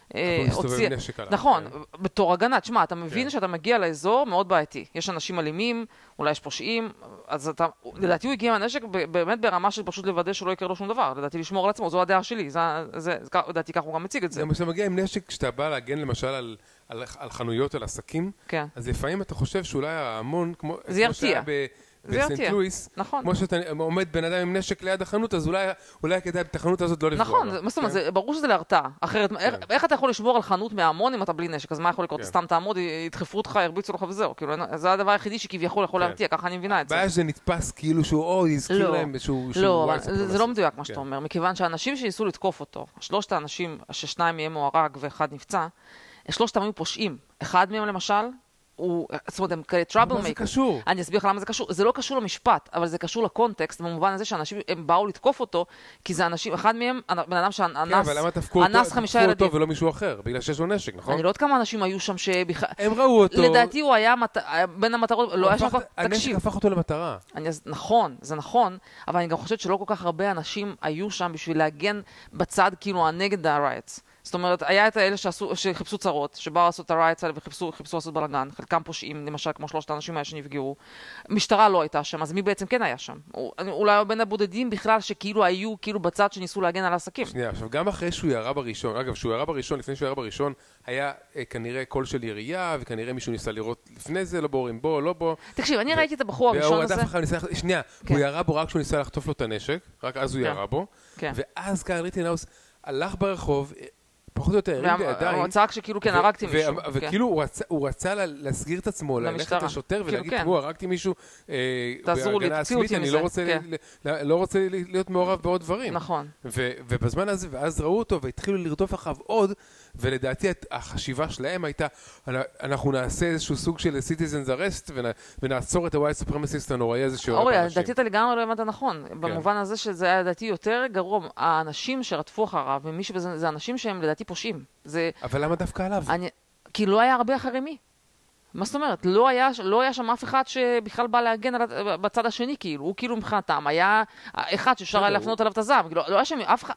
נכון, בתור הגנה. תשמע, אתה מבין שאתה מגיע לאזור מאוד בעייתי. יש אנשים אלימים, אולי יש פושעים, אז לדעתי הוא הגיע מהנשק באמת ברמה של פשוט לוודא שלא יקרה לו שום דבר. לדעתי לשמור על עצמו, זו הדעה שלי. לדעתי כך הוא גם מציג את זה. כשאתה מגיע עם נשק, כשאתה בא להגן למשל על חנויות, על עסקים, אז לפעמים אתה חושב שאולי ההמון, כמו שהיה בסנט לואיס, כמו שאתה עומד בן אדם עם נשק ליד החנות, אז אולי כדאי את החנות הזאת לא לפגוע. נכון, מה זאת אומרת, ברור שזה להרתעה. אחרת, איך אתה יכול לשמור על חנות מהמון אם אתה בלי נשק? אז מה יכול לקרות? סתם תעמוד, ידחפו אותך, ירביצו לך וזהו. זה הדבר היחידי שכביכול יכול להרתיע, ככה אני מבינה את זה. הבעיה שזה נתפס כאילו שהוא, יזכיר להם שהוא... לא, זה לא מדויק מה שאתה אומר, מכיוון שהאנשים שניסו לתקוף אותו, שלושת האנשים, ששניים מהם הוא הרג ואחד נפצע, שלושתם היו פושעים. אחד מהם למשל, זאת אומרת, הם כאלה טראבל מייקר. מה זה קשור? אני אסביר לך למה זה קשור. זה לא קשור למשפט, אבל זה קשור לקונטקסט, במובן הזה שאנשים, הם באו לתקוף אותו, כי זה אנשים, אחד מהם, בן אדם שאנס 5 ילדים. אותו ולא מישהו אחר, בגלל שיש לו נשק, נכון? אני לא יודעת כמה אנשים היו שם שבכלל... הם ראו אותו. לדעתי הוא היה בין המטרות, לא היה שם... הנשק הפך אותו למטרה. נכון, זה נכון, אבל אני גם חושבת שלא כל כך הרבה אנשים היו שם בשביל להגן בצד, כאילו, הנגד הרייטס. זאת אומרת, היה את האלה שחיפשו צרות, שבאו לעשות את הרייטס האלה וחיפשו לעשות בלגן, חלקם פושעים, למשל כמו 3 האנשים האלה שנפגעו. משטרה לא הייתה שם, אז מי בעצם כן היה שם? אולי בין הבודדים בכלל שכאילו היו כאילו בצד שניסו להגן על העסקים. שנייה, עכשיו גם אחרי שהוא ירה בראשון, אגב, שהוא ירה בראשון, לפני שהוא ירה בראשון, היה כנראה קול של ירייה, וכנראה מישהו ניסה לראות לפני זה, לא בורים בו, לא בו. תקשיב, אני ראיתי את הבחור הראשון הזה. שנייה, הוא ירה בו רק כשהוא ניסה לחטוף לו את הנשק, רק אז הוא ירה בו, ואז קייל ריטנהאוס הלך ברחוב, פחות או יותר, הרים בידיים. הוא צעק שכאילו כן, הרגתי מישהו. וכאילו הוא רצה להסגיר את עצמו, ללכת לשוטר ולהגיד, תראו, הרגתי מישהו בהגנה עצמית, אני לא רוצה להיות מעורב בעוד דברים. נכון. ובזמן הזה, ואז ראו אותו והתחילו לרדוף אחריו עוד, ולדעתי החשיבה שלהם הייתה, אנחנו נעשה איזשהו סוג של citizens arrest, ונעצור את ה-white supremacist הנוראי הזה שהורג אנשים. אנשים. לדעתי אתה לגמרי לא הבנת נכון. במובן הזה שזה היה לדעתי יותר גרוע. האנשים שרדפו אחריו, זה אנשים שהם לדעתי פושעים. אבל למה דווקא עליו? כי לא היה הרבה אחרי מי. מה זאת אומרת? לא היה שם אף אחד שבכלל בא להגן בצד השני, כאילו. הוא כאילו מבחינתם היה אחד שאפשר היה להפנות עליו את הזעם. לא היה שם,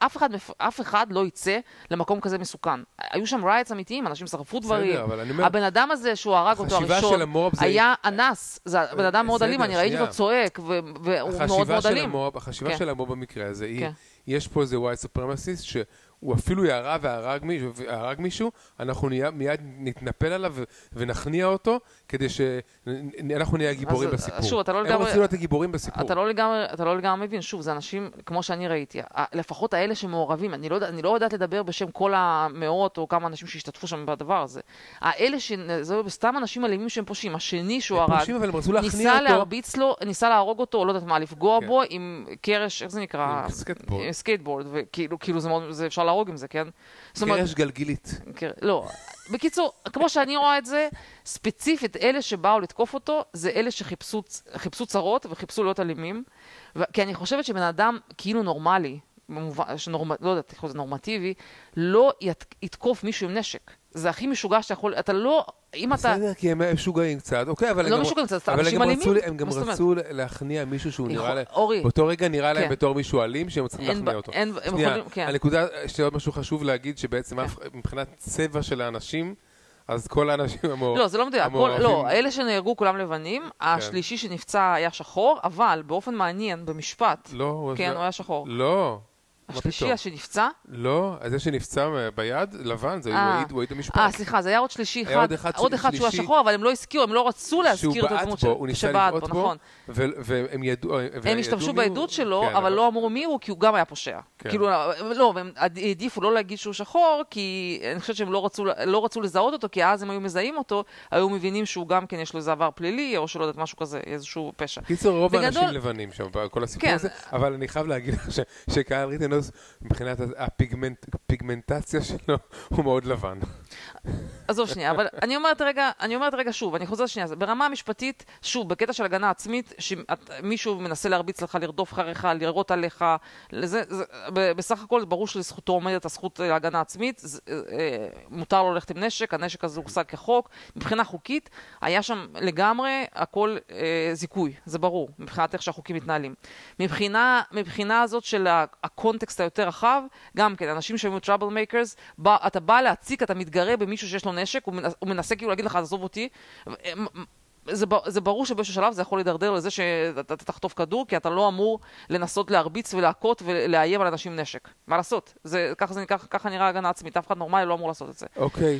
אף אחד לא יצא למקום כזה מסוכן. היו שם רייטס אמיתיים, אנשים שרפו דברים. הבן אדם הזה שהוא הרג אותו הראשון, היה אנס. זה בן אדם מאוד אלים, אני ראיתי אותו צועק, והוא מאוד מאוד אלים. החשיבה של המוב במקרה הזה היא, יש פה איזה white supremacist הוא אפילו ירה והרג מישהו, אנחנו מיד נתנפל עליו ונכניע אותו, כדי שאנחנו נהיה גיבורים בסיפור. הם רוצים להיות הגיבורים בסיפור. אתה לא לגמרי מבין, שוב, זה אנשים, כמו שאני ראיתי, לפחות האלה שמעורבים, אני לא יודעת לדבר בשם כל המאות או כמה אנשים שהשתתפו שם בדבר הזה. האלה זה סתם אנשים אלימים שהם פושעים, השני שהוא הרג, ניסה להרביץ לו, ניסה להרוג אותו, או לא יודעת מה, לפגוע בו עם קרש, איך זה נקרא? סקייטבורד, וכאילו זה אפשר להרוג עם זה, כן? קרש גלגילית. לא. בקיצור, כמו שאני רואה את זה, ספציפית, אלה שבאו לתקוף אותו, זה אלה שחיפשו צרות וחיפשו להיות אלימים, כי אני חושבת שבן אדם כאילו נורמלי, לא יודעת, זה נורמטיבי, לא יתקוף מישהו עם נשק. זה הכי משוגע שאתה יכול, אתה לא, אם אתה... בסדר, כי הם משוגעים קצת, אוקיי, אבל לא משוגעים קצת, אנשים אלימים. הם גם רצו להכניע מישהו שהוא נראה להם, באותו רגע נראה להם בתור מישהו אלים, שהם צריכים להכניע אותו. שנייה, הנקודה שעוד משהו חשוב להגיד, שבעצם מבחינת צבע של האנשים, אז כל האנשים המעורבים... לא, זה לא מדויק. לא, אלה שנהרגו כולם לבנים, השלישי שנפצע היה שחור, אבל באופן מעניין, במשפט, כן, הוא היה שחור. לא. השלישי שנפצע? לא, זה שנפצע ביד, לבן, זה הוא העיד במשפט. סליחה, זה היה עוד שלישי אחד, עוד אחד שהוא היה שחור, אבל הם לא הזכירו, הם לא רצו להזכיר את הדמות שבעט בו, נכון. והם ידעו... הם השתמשו בעדות שלו, אבל לא אמרו מי הוא, כי הוא גם היה פושע. כאילו, לא, והם העדיפו לא להגיד שהוא שחור, כי אני חושבת שהם לא רצו לזהות אותו, כי אז הם היו מזהים אותו, היו מבינים שהוא גם כן יש לו איזה עבר פלילי, או שלא יודעת משהו כזה, איזשהו פשע. קיצור, רוב האנשים לבנים שם, כל הסיפור הזה, אבל אני חייב להגיד שקהל ריטן טרנרס, מבחינת הפיגמנטציה שלו, הוא מאוד לבן. עזוב שנייה, אבל אני אומרת רגע שוב, אני חוזר שנייה, ברמה המשפטית, שוב, בקטע של הגנה עצמית, שמישהו מנסה להרביץ לך, לרדוף אחריך, לראות עליך, בסך הכל ברור שלזכותו עומדת הזכות להגנה עצמית, מותר לו ללכת עם נשק, הנשק הזה הוחזק כחוק, מבחינה חוקית, היה שם לגמרי הכל זיכוי, זה ברור, מבחינת איך שהחוקים מתנהלים. מבחינה הזאת של הקונטקסט היותר רחב, גם כן, אנשים שהיו טראבל מייקרס, אתה בא להציק, אתה מתגרה במישהו שיש לו נשק, הוא מנסה כאילו להגיד לך, עזוב אותי, זה ברור שבאיזשהו שלב זה יכול להידרדר לזה שאתה תחטוף כדור, כי אתה לא אמור לנסות להרביץ ולהכות ולאיים על אנשים נשק. מה לעשות? ככה נראה הגנה עצמית, אף אחד נורמלי לא אמור לעשות את זה. אוקיי.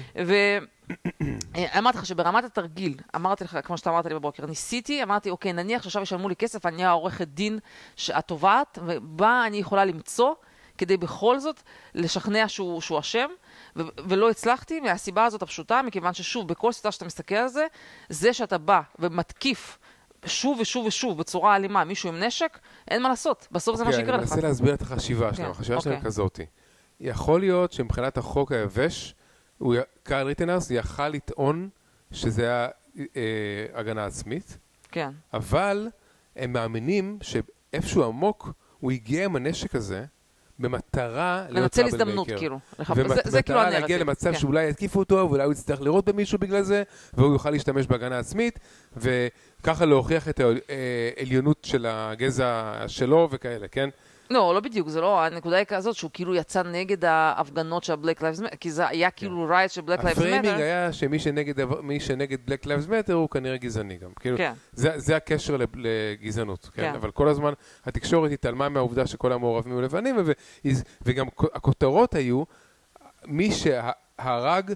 אמרתי לך שברמת התרגיל, אמרתי לך, כמו שאתה אמרת לי בבוקר, ניסיתי, אמרתי, אוקיי, נניח שעכשיו ישלמו לי כסף, אני העורכת דין התובעת, ובה אני יכולה למצוא, כדי בכל זאת לשכנע שהוא אשם, ולא הצלחתי, מהסיבה הזאת הפשוטה, מכיוון ששוב, בכל סיטה שאתה מסתכל על זה, זה שאתה בא ומתקיף שוב ושוב ושוב בצורה אלימה מישהו עם נשק, אין מה לעשות. בסוף זה מה שיקרה לך. אני מנסה להסביר את החשיבה שלנו. החשיבה שלנו כזאת. יכול להיות שמבחינת החוק היבש, קייל ריטנרס יכל לטעון שזה היה הגנה עצמית, כן. אבל הם מאמינים שאיפשהו עמוק הוא הגיע עם הנשק הזה, במטרה לנצל הזדמנות, כאילו. זה כאילו הנרטיב. להגיע למצב שאולי יתקיפו אותו, ואולי הוא יצטרך לראות במישהו בגלל זה, והוא יוכל להשתמש בהגנה עצמית, וככה להוכיח את העליונות של הגזע שלו וכאלה, כן? לא בדיוק, זה לא, הנקודה היא כזאת שהוא כאילו יצא נגד ההפגנות של Black Lives Matter, כי זה היה כאילו רייט של Black Lives Matter. הפריימינג היה שמי שנגד Black Lives Matter הוא כנראה גזעני גם. זה הקשר לגזענות, אבל כל הזמן התקשורת התעלמה מהעובדה שכל המעורבים היו לבנים, וגם הכותרות היו מי שהרג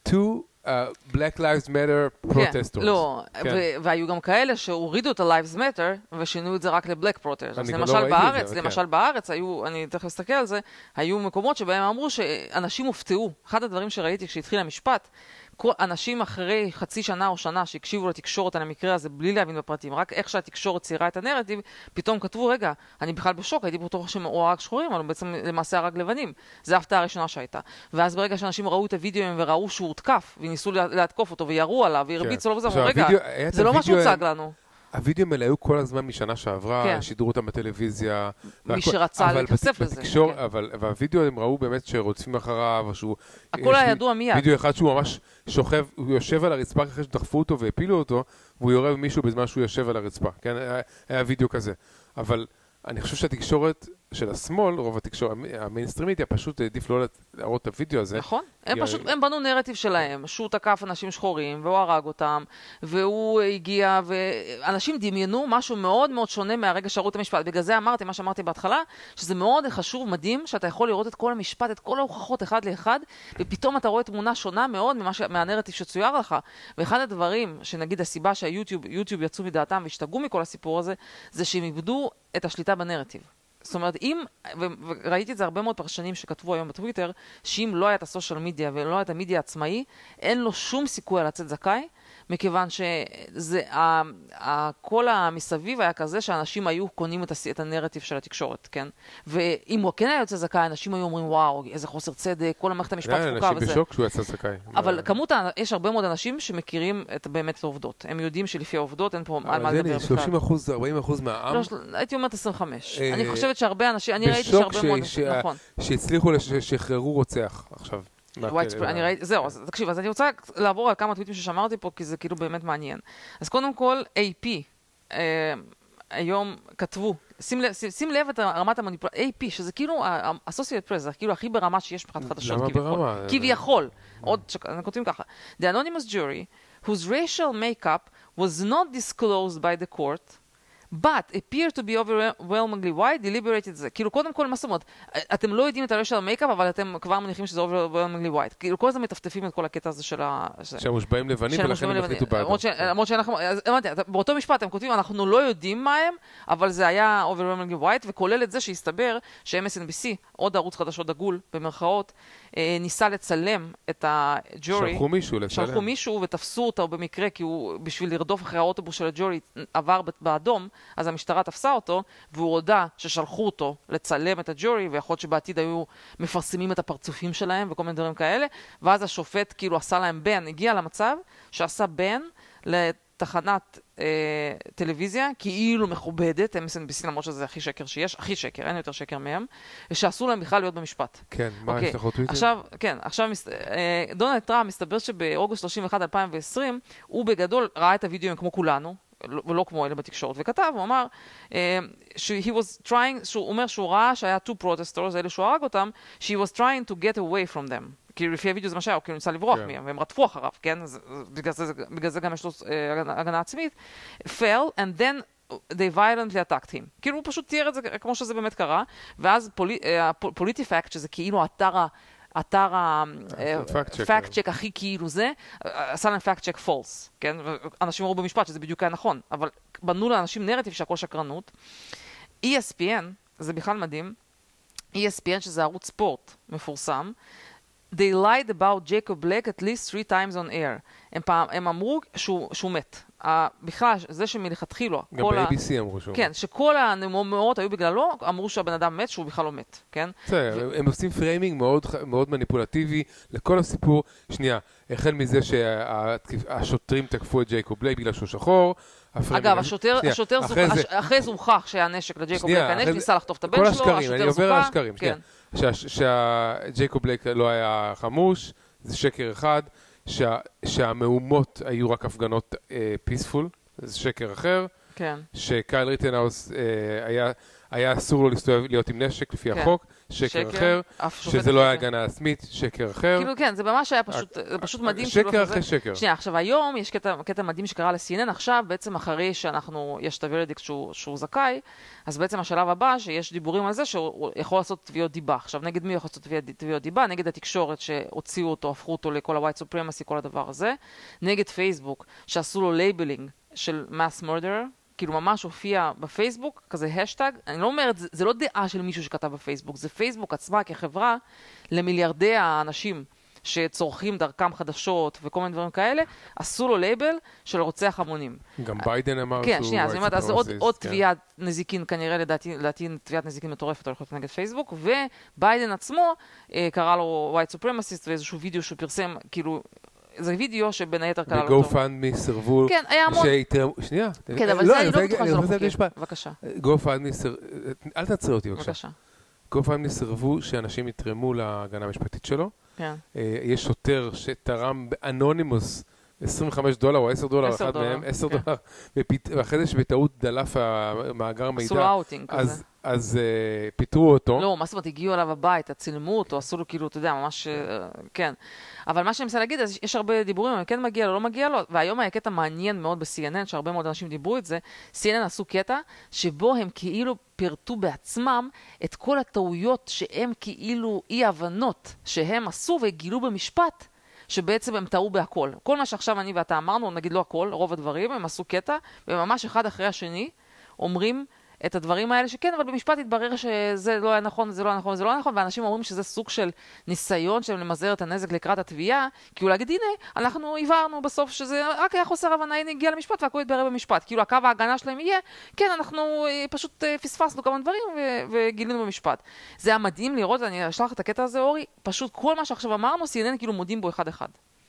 Black Lives Matter protesters. לא, והיו גם כאלה שהורידו את ה-Lives Matter ושינו את זה רק ל-Black protesters. למשל בארץ, אני תכף אסתכל על זה, היו מקומות שבהם אמרו שאנשים הופתעו. אחד הדברים שראיתי כשהתחיל המשפט, אנשים אחרי חצי שנה או שנה שהקשיבו לתקשורת על המקרה הזה בלי להבין בפרטים, רק איך שהתקשורת ציירה את הנרטיב, פתאום כתבו, רגע, אני בכלל בשוק, הייתי בטוח שהוא הרג שחורים, אבל בעצם למעשה הרג לבנים. זו ההפתעה הראשונה שהייתה. ואז ברגע שאנשים ראו את הוידאוים וראו שהוא הותקף, וניסו להתקוף אותו וירו עליו, והרביצו לו וזה, רגע, זה לא מה שהוצג לנו. הווידאוים האלה היו כל הזמן משנה שעברה, שידרו אותם בטלוויזיה. מי שרצה להיחשף לזה. והווידאו הם ראו באמת שרודפים אחריו, הכל היה ידוע מיד. וידאו אחד שהוא ממש שוכב, הוא יושב על הרצפה אחרי שדחפו אותו והפילו אותו, והוא יורה במישהו בזמן שהוא יושב על הרצפה. כן, היה וידאו כזה. אבל אני חושב שהתקשורת של השמאל, רוב התקשורת המיינסטרימית, פשוט העדיף לא להראות את הוידאו הזה. נכון. הם בנו נרטיב שלהם, שהוא תקף אנשים שחורים, והוא הרג אותם, והוא הגיע, ואנשים דמיינו משהו מאוד מאוד שונה מהרגע שראו את המשפט. בגלל זה אמרתי, מה שאמרתי בהתחלה, שזה מאוד חשוב, מדהים, שאתה יכול לראות את כל המשפט, את כל ההוכחות אחד לאחד, ופתאום אתה רואה תמונה שונה מאוד מהנרטיב שצויר לך. ואחד הדברים, שנגיד הסיבה שהיוטיוב יצאו מדעתם והשתגעו מכל הסיפור הזה, זה שהם איבדו את השליטה בנרטיב. זאת אומרת, וראיתי את זה הרבה מאוד פרשנים שכתבו היום בטוויטר, שאם לא היה את הסושיאל מדיה ולא היה את המדיה העצמאי, אין לו שום סיכוי לצאת זכאי, מכיוון כל המסביב היה כזה שאנשים היו קונים את הנרטיב של התקשורת, כן? ואם הוא כן היה יוצא זכאי, אנשים היו אומרים, וואו, איזה חוסר צדק, כל המערכת המשפט חוקה וזה. אנשים בשוק שהוא יצא זכאי. אבל יש הרבה מאוד אנשים שמכירים באמת את העובדות. הם יודעים שלפי העובדות אין פה על מה לדבר בכלל. 30%, 40% מהעם? הייתי אומרת 25. אני חושבת שהרבה אנשים, אני ראיתי שהרבה מאוד, נכון. שהצליחו לשחררו רוצח עכשיו. זהו, אז תקשיב, אז אני רוצה לעבור על כמה טוויטים ששמרתי פה, כי זה כאילו באמת מעניין. אז קודם כל, AP, היום כתבו, שים לב את רמת המניפולציה, AP, שזה כאילו, Associated Press, זה כאילו הכי ברמה שיש מבחינת חדשות, כביכול. עוד, אנחנו כותבים ככה. The anonymous jury, whose racial makeup was not disclosed by the court, but appear to be overwhelmingly white, deliberated זה. כאילו, קודם כל, מה זאת אומרת? אתם לא יודעים את הרשת המייק-אפ, אבל אתם כבר מניחים שזה overwhelmingly white. כאילו, כל הזמן מטפטפים את כל הקטע הזה של ה... שהמושבעים לבנים, ולכן הם החליטו בעדו. למרות שאנחנו... אמרתי, באותו משפט הם כותבים, אנחנו לא יודעים מה הם, אבל זה היה overwhelmingly white, וכולל את זה שהסתבר ש-MSNBC, עוד ערוץ חדשות דגול, במרכאות, ניסה לצלם את הג'ורי. שלחו מישהו ותפסו אותו במקרה, כי הוא בשביל לרדוף אחרי האוטובוס של הג'ורי עבר באדום, אז המשטרה תפסה אותו, והוא הודע ששלחו אותו לצלם את הג'ורי, ויכול להיות שבעתיד היו מפרסמים את הפרצופים שלהם וכל מיני דברים כאלה, ואז השופט כאילו עשה להם בן, הגיע למצב שעשה בן לתחנת טלוויזיה, כאילו מכובדת, MSNBC, למרות שזה הכי שקר שיש, הכי שקר, אין יותר שקר מהם, שעשו להם בכלל להיות במשפט. כן, מה יש לך טוויטר? עכשיו, דונלד טראמפ מסתבר שבאוגוסט 31, 2020, הוא בגדול ראה את הוידאוים כמו כולנו, ולא כמו אלה בתקשורת, וכתב, הוא אמר, שהוא אומר שהוא ראה שהיה two protesters, אלה שהוא הרג אותם, she was trying to get away from them. כאילו לפי הוידאו זה מה שהיה, הוא כאילו ניסה לברוח מהם, והם רדפו אחריו, כן? בגלל זה גם יש לו הגנה עצמית. fell, and then they violently attacked him. כאילו הוא פשוט תיאר את זה כמו שזה באמת קרה, ואז PolitiFact, שזה כאילו אתר ה-fact check הכי כאילו זה, עשה להם fact check false, כן? אנשים ראו במשפט שזה בדיוק היה נכון, אבל בנו לאנשים נרטיב שהכל שקרנות. ESPN, זה בכלל מדהים, ESPN שזה ערוץ ספורט מפורסם, they lied about Jacob Blake at least 3 times on air. הם אמרו שהוא מת. בכלל, זה שמלכתחילו, גם ב-ABC אמרו שהוא מת. כן, שכל הנאומרות היו בגללו, אמרו שהבן אדם מת, שהוא בכלל לא מת, כן? הם עושים פריימינג מאוד מניפולטיבי לכל הסיפור. שנייה, החל מזה שהשוטרים תקפו את ג'ייקוב בלייק בגלל שהוא שחור. אגב, השוטר, אחרי זה הוכח שהיה נשק לג'ייקוב בלייק, הנשק ניסה לחטוף את הבן שלו, אני עובר על השקרים, שהג'ייקוב בלייק לא היה חמוש, זה שקר אחד. שהמהומות היו רק הפגנות פיספול, זה שקר אחר. כן. שקייל ריטנהאוס היה אסור לו להיות עם נשק לפי החוק, שקר אחר. שזה לא היה הגנה עצמית, שקר אחר. כאילו כן, זה ממש היה פשוט מדהים. שקר אחרי שקר. שנייה, עכשיו היום יש קטע מדהים שקרה ל-CNN עכשיו, בעצם אחרי יש את הוורדיקט שהוא זכאי, אז בעצם השלב הבא שיש דיבורים על זה שהוא יכול לעשות תביעות דיבה. עכשיו נגד מי יכול לעשות תביעות דיבה? נגד התקשורת שהוציאו אותו, הפכו אותו לכל ה-white supremacy, כל הדבר הזה. נגד פייסבוק, שעשו לו לייבלינג של mass murderer, כאילו ממש הופיע בפייסבוק, כזה השטג, אני לא אומרת, זה לא דעה של מישהו שכתב בפייסבוק, זה פייסבוק עצמה כחברה למיליארדי האנשים שצורכים דרכם חדשות וכל מיני דברים כאלה, עשו לו לייבל של רוצח המונים. גם ביידן אמר כן, שנייה, אז אומרת, אז עוד תביעת נזיקין, כנראה לדעתי תביעת נזיקין מטורפת הולכת נגד פייסבוק, וביידן עצמו קרא לו white supremacist ואיזשהו וידאו שהוא פרסם, כאילו, זה וידאו שבין היתר כלל אותו. ב-GoFundMe סרבו... כן, היה המון... שנייה. כן, אבל זה אני לא בטוחה שזה לא חוקי. בבקשה. GoFundMe אל תעצרי אותי בבקשה. GoFundMe סרבו שאנשים יתרמו להגנה המשפטית שלו. כן. יש שוטר שתרם באנונימוס $25 או $10, אחד מהם, $10, ואחרי זה שבטעות דלף המאגר מידע. עשו לו אאוטינג כזה. אז פיתרו אותו. לא, מה זאת אומרת, הגיעו אליו הביתה, צילמו אותו, עשו לו כאילו, אתה יודע, ממש, כן. אבל מה שאני מנסה להגיד, יש הרבה דיבורים, אם כן מגיע לו, לא מגיע לו, והיום היה קטע מעניין מאוד ב-CNN, שהרבה מאוד אנשים דיברו את זה, CNN עשו קטע, שבו הם כאילו פירטו בעצמם את כל הטעויות שהם כאילו אי-הבנות שהם עשו וגילו במשפט, שבעצם הם טעו בהכל. כל מה שעכשיו אני ואתה אמרנו, נגיד לא הכל, רוב הדברים, הם עשו קטע, וממש אחד אחרי השני אומרים את הדברים האלה שכן, אבל במשפט התברר שזה לא היה נכון, זה לא היה נכון, זה לא היה נכון, ואנשים אומרים שזה סוג של ניסיון שלהם למזער את הנזק לקראת התביעה, כאילו להגיד, הנה, אנחנו הבהרנו בסוף שזה רק היה חוסר הבנה, הנה הגיע למשפט והכל התברר במשפט. כאילו הקו ההגנה שלהם יהיה, כן, אנחנו פשוט פספסנו כמה דברים וגילינו במשפט. זה היה מדהים לראות, אני אשלח את הקטע הזה, אורי, פשוט כל מה שעכשיו אמרנו, CNN כאילו מודים בו אחד-אחד.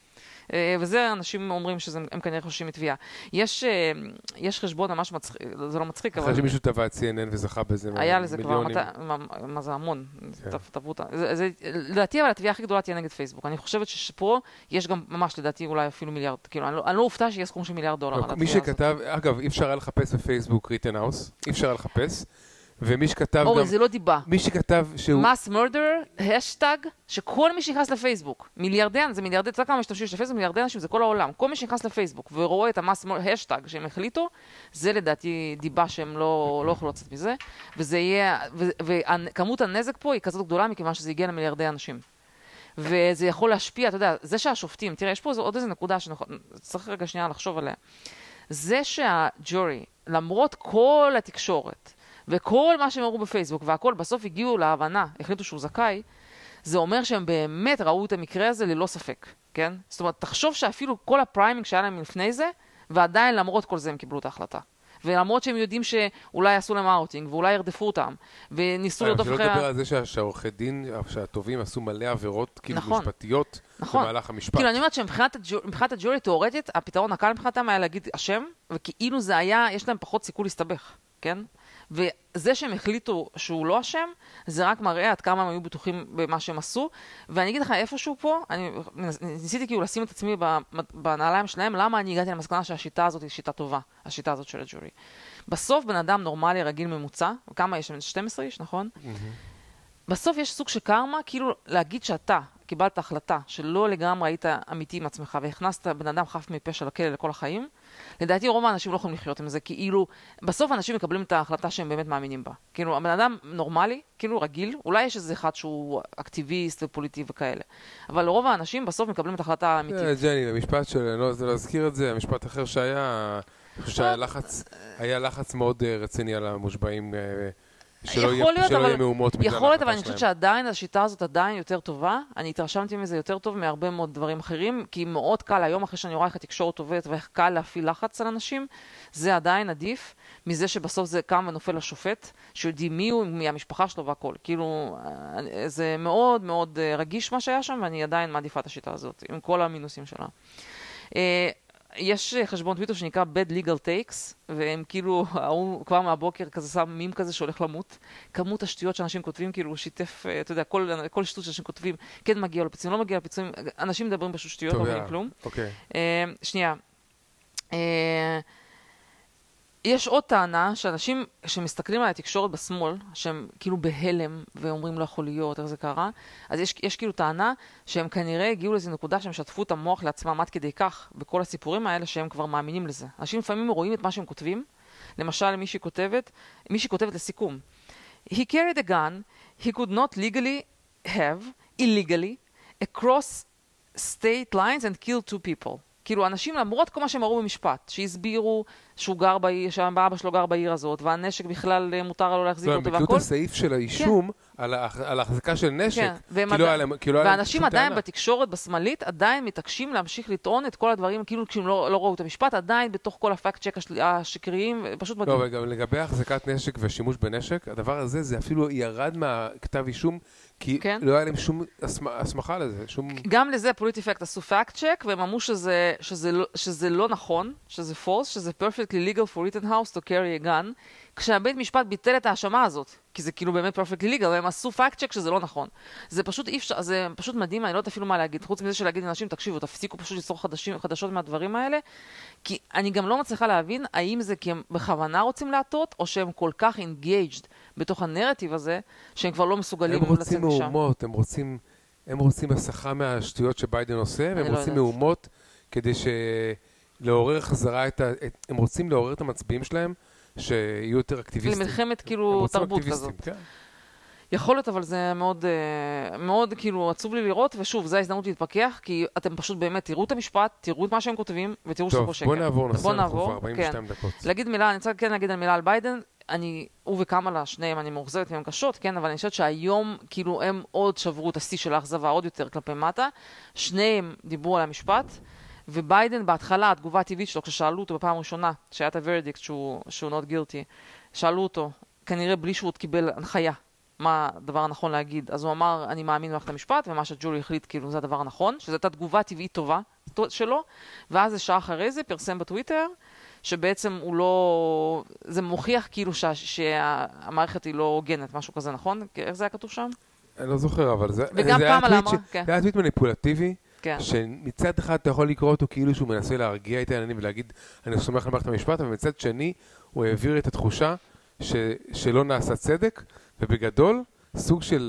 וזה אנשים אומרים שהם כנראה חוששים מתביעה. יש חשבון ממש מצחיק, זה לא מצחיק, אבל... אחרי שמישהו טבע את CNN וזכה בזה מיליונים. היה לזה כבר, מה זה המון, טבעו אותה. לדעתי, אבל התביעה הכי גדולה תהיה נגד פייסבוק. אני חושבת שפה יש גם ממש, לדעתי, אולי אפילו מיליארד. כאילו, אני לא אופתע שיש סכום של $1 מיליארד. מי שכתב, אגב, אי אפשר היה לחפש בפייסבוק ריטנהאוס, אי אפשר היה לחפש. ומי שכתב גם... אורי, זה לא דיבה. מי שכתב שהוא... mass murder, השטג, שכל מי שנכנס לפייסבוק, מיליארדי, זה מיליארדי, אתה יודע כמה משתמשים של פייסבוק, מיליארדי אנשים, זה כל העולם. כל מי שנכנס לפייסבוק ורואה את השטג שהם החליטו, זה לדעתי דיבה שהם לא יכולו לצאת מזה, וזה יהיה... וכמות הנזק פה היא כזאת גדולה, מכיוון שזה הגיע למיליארדי אנשים. וזה יכול להשפיע, אתה יודע, זה שהשופטים, תראה, יש פה עוד איזו נקודה שצריך רגע שנייה לחשוב עליה. זה שהג'ורי, למרות כל התקשורת, וכל מה שהם אמרו בפייסבוק, והכל בסוף הגיעו להבנה, החליטו שהוא זכאי, זה אומר שהם באמת ראו את המקרה הזה ללא ספק, כן? זאת אומרת, תחשוב שאפילו כל הפריימינג שהיה להם לפני זה, ועדיין למרות כל זה הם קיבלו את ההחלטה. ולמרות שהם יודעים שאולי יעשו להם אאוטינג, ואולי ירדפו אותם, וניסו לרדוף אחרי... שלא לדבר על זה שהעורכי דין, שהטובים עשו מלא עבירות כאילו משפטיות במהלך המשפט. כאילו אני אומרת שמבחינת הג'ורי תיאורטית, הפתרון הקל מבחינתם היה להגיד אשם, וכאילו זה היה, יש להם פחות סיכוי להסתבך, כן? וזה שהם החליטו שהוא לא אשם, זה רק מראה עד כמה הם היו בטוחים במה שהם עשו. ואני אגיד לך איפשהו פה, אני ניסיתי כאילו לשים את עצמי בנעליים שלהם, למה אני הגעתי למסקנה שהשיטה הזאת היא שיטה טובה, השיטה הזאת של הג'ורי. בסוף בן אדם נורמלי, רגיל ממוצע, כמה יש? 12 איש, נכון? בסוף יש סוג של קרמה, כאילו להגיד שאתה קיבלת החלטה שלא לגמרי היית אמיתי עם עצמך, והכנסת בן אדם חף מפשע לכלא לכל החיים, לדעתי רוב האנשים לא יכולים לחיות עם זה, כאילו, בסוף אנשים מקבלים את ההחלטה שהם באמת מאמינים בה. כאילו, הבן אדם נורמלי, כאילו רגיל, אולי יש איזה אחד שהוא אקטיביסט ופוליטי וכאלה, אבל רוב האנשים בסוף מקבלים את ההחלטה האמיתית. ג'ני, במשפט של, לא להזכיר את זה, המשפט אחר שהיה, היה לחץ מאוד רציני על המושבעים, שלא יהיה מהומות בגלל יכול להיות, אבל אני חושבת שעדיין השיטה הזאת עדיין יותר טובה. אני התרשמתי מזה יותר טוב מהרבה מאוד דברים אחרים, כי מאוד קל היום אחרי שאני רואה איך התקשורת עובדת ואיך קל להפעיל לחץ על אנשים, זה עדיין עדיף מזה שבסוף זה קם ונופל לשופט, שיודעים מי הוא, מי המשפחה שלו והכל. כאילו, זה מאוד מאוד רגיש מה שהיה שם, ואני עדיין מעדיפה את השיטה הזאת, עם כל המינוסים שלה. יש חשבון טוויטר שנקרא Bad Legal Takes, והם כאילו, הוא כבר מהבוקר כזה שם מים כזה שהולך למות. כמות השטויות שאנשים כותבים, כאילו הוא שיתף, אתה יודע, כל שטות שאנשים כותבים, כן מגיע לו פיצויים, לא מגיע לו פיצויים, אנשים מדברים פשוט שטויות, לא מבינים כלום. שנייה. יש עוד טענה שאנשים שמסתכלים על התקשורת בשמאל, שהם כאילו בהלם ואומרים לא יכול להיות, איך זה קרה, אז יש כאילו טענה שהם כנראה הגיעו לאיזו נקודה שהם שטפו את המוח לעצמם עד כדי כך בכל הסיפורים האלה שהם כבר מאמינים לזה. אנשים לפעמים רואים את מה שהם כותבים, למשל מישהי כותבת לסיכום. He carried a gun he could not legally have, illegally, across state lines and killed 2 people. כאילו, אנשים, למרות כל מה שהם ראו במשפט, שהסבירו שהוא גר בעיר, שהאבא שלו גר בעיר הזאת, והנשק בכלל מותר לו להחזיק אותו והכל. הם ביטלו את הסעיף של האישום על ההחזקה של נשק. ואנשים עדיין בתקשורת, בשמאלית, עדיין מתעקשים להמשיך לטעון את כל הדברים, כאילו כשהם לא ראו את המשפט, עדיין בתוך כל הפאקט צ'ק השקריים, פשוט מדהים. לא, וגם לגבי החזקת נשק ושימוש בנשק, הדבר הזה, זה אפילו ירד מהכתב אישום, כי לא היה להם שום הסמכה לזה, שום... גם לזה פוליטיפקט עשו פאקט צ'ק, והם אמרו שזה לא נכון, שזה false, שזה perfectly legal for Rittenhouse to carry a gun, כשהבית משפט ביטל את ההאשמה הזאת, כי זה כאילו באמת perfectly legal, והם עשו פאקט צ'ק שזה לא נכון. זה פשוט אי אפשר, זה פשוט מדהים, אני לא יודעת אפילו מה להגיד, חוץ מזה שלהגיד לאנשים, תקשיבו, תפסיקו פשוט ליצור חדשות מהדברים האלה, כי אני גם לא מצליחה להבין האם זה כי הם בכוונה רוצים להטות, או שהם כל כך engaged בתוך הנרטיב הזה, שהם כבר לא מסוגלים לצאת משם. הם רוצים מהומות, הם רוצים הסחה מהשטויות שביידן עושה, והם רוצים מהומות כדי לעורר חזרה הם רוצים לעורר את המצביעים שלהם, שיהיו יותר אקטיביסטים. למלחמת כאילו תרבות כזאת. כן. יכול להיות, אבל זה מאוד, מאוד כאילו עצוב לי לראות, ושוב, זו ההזדמנות להתפקח, כי אתם פשוט באמת תראו את המשפט, תראו את מה שהם כותבים, ותראו שזה פה שקר. טוב, בוא נעבור, נעבור, 42 דקות. להגיד מילה, אני רוצה כן להגיד על מילה על ביידן, הוא וקמאלה, שניהם, אני מאוכזבת מהם קשות, כן, אבל אני חושבת שהיום, כאילו, הם עוד שברו את השיא של האכזבה עוד יותר כלפי מטה, שניהם דיברו על המשפט, וביידן בהתחלה, התגובה הטבעית שלו, כששאלו אותו בפעם ראשונה, שהיה את הוורדיקט שהוא not guilty, שאלו אותו, כנראה בלי שהוא עוד קיבל הנחיה, מה הדבר הנכון להגיד. אז הוא אמר, אני מאמין במערכת המשפט, ומה שג'ולי החליט, כאילו, זה הדבר הנכון, שזו הייתה תגובה טבעית טובה שלו, ואז זה שעה אחרי זה, פרסם בטוויטר, שבעצם הוא לא... זה מוכיח כאילו שהמערכת היא לא הוגנת, משהו כזה, נכון? איך זה היה כתוב שם? אני לא זוכר, אבל זה... וגם כמה למה, כן. זה היה טוויט מניפולטיבי, שמצד אחד אתה יכול לקרוא אותו כאילו שהוא מנסה להרגיע את העניינים ולהגיד, אני סומך על מערכת המשפט, אבל מצד שני, הוא העביר את התחושה שלא נעשה צדק, ובגדול, סוג של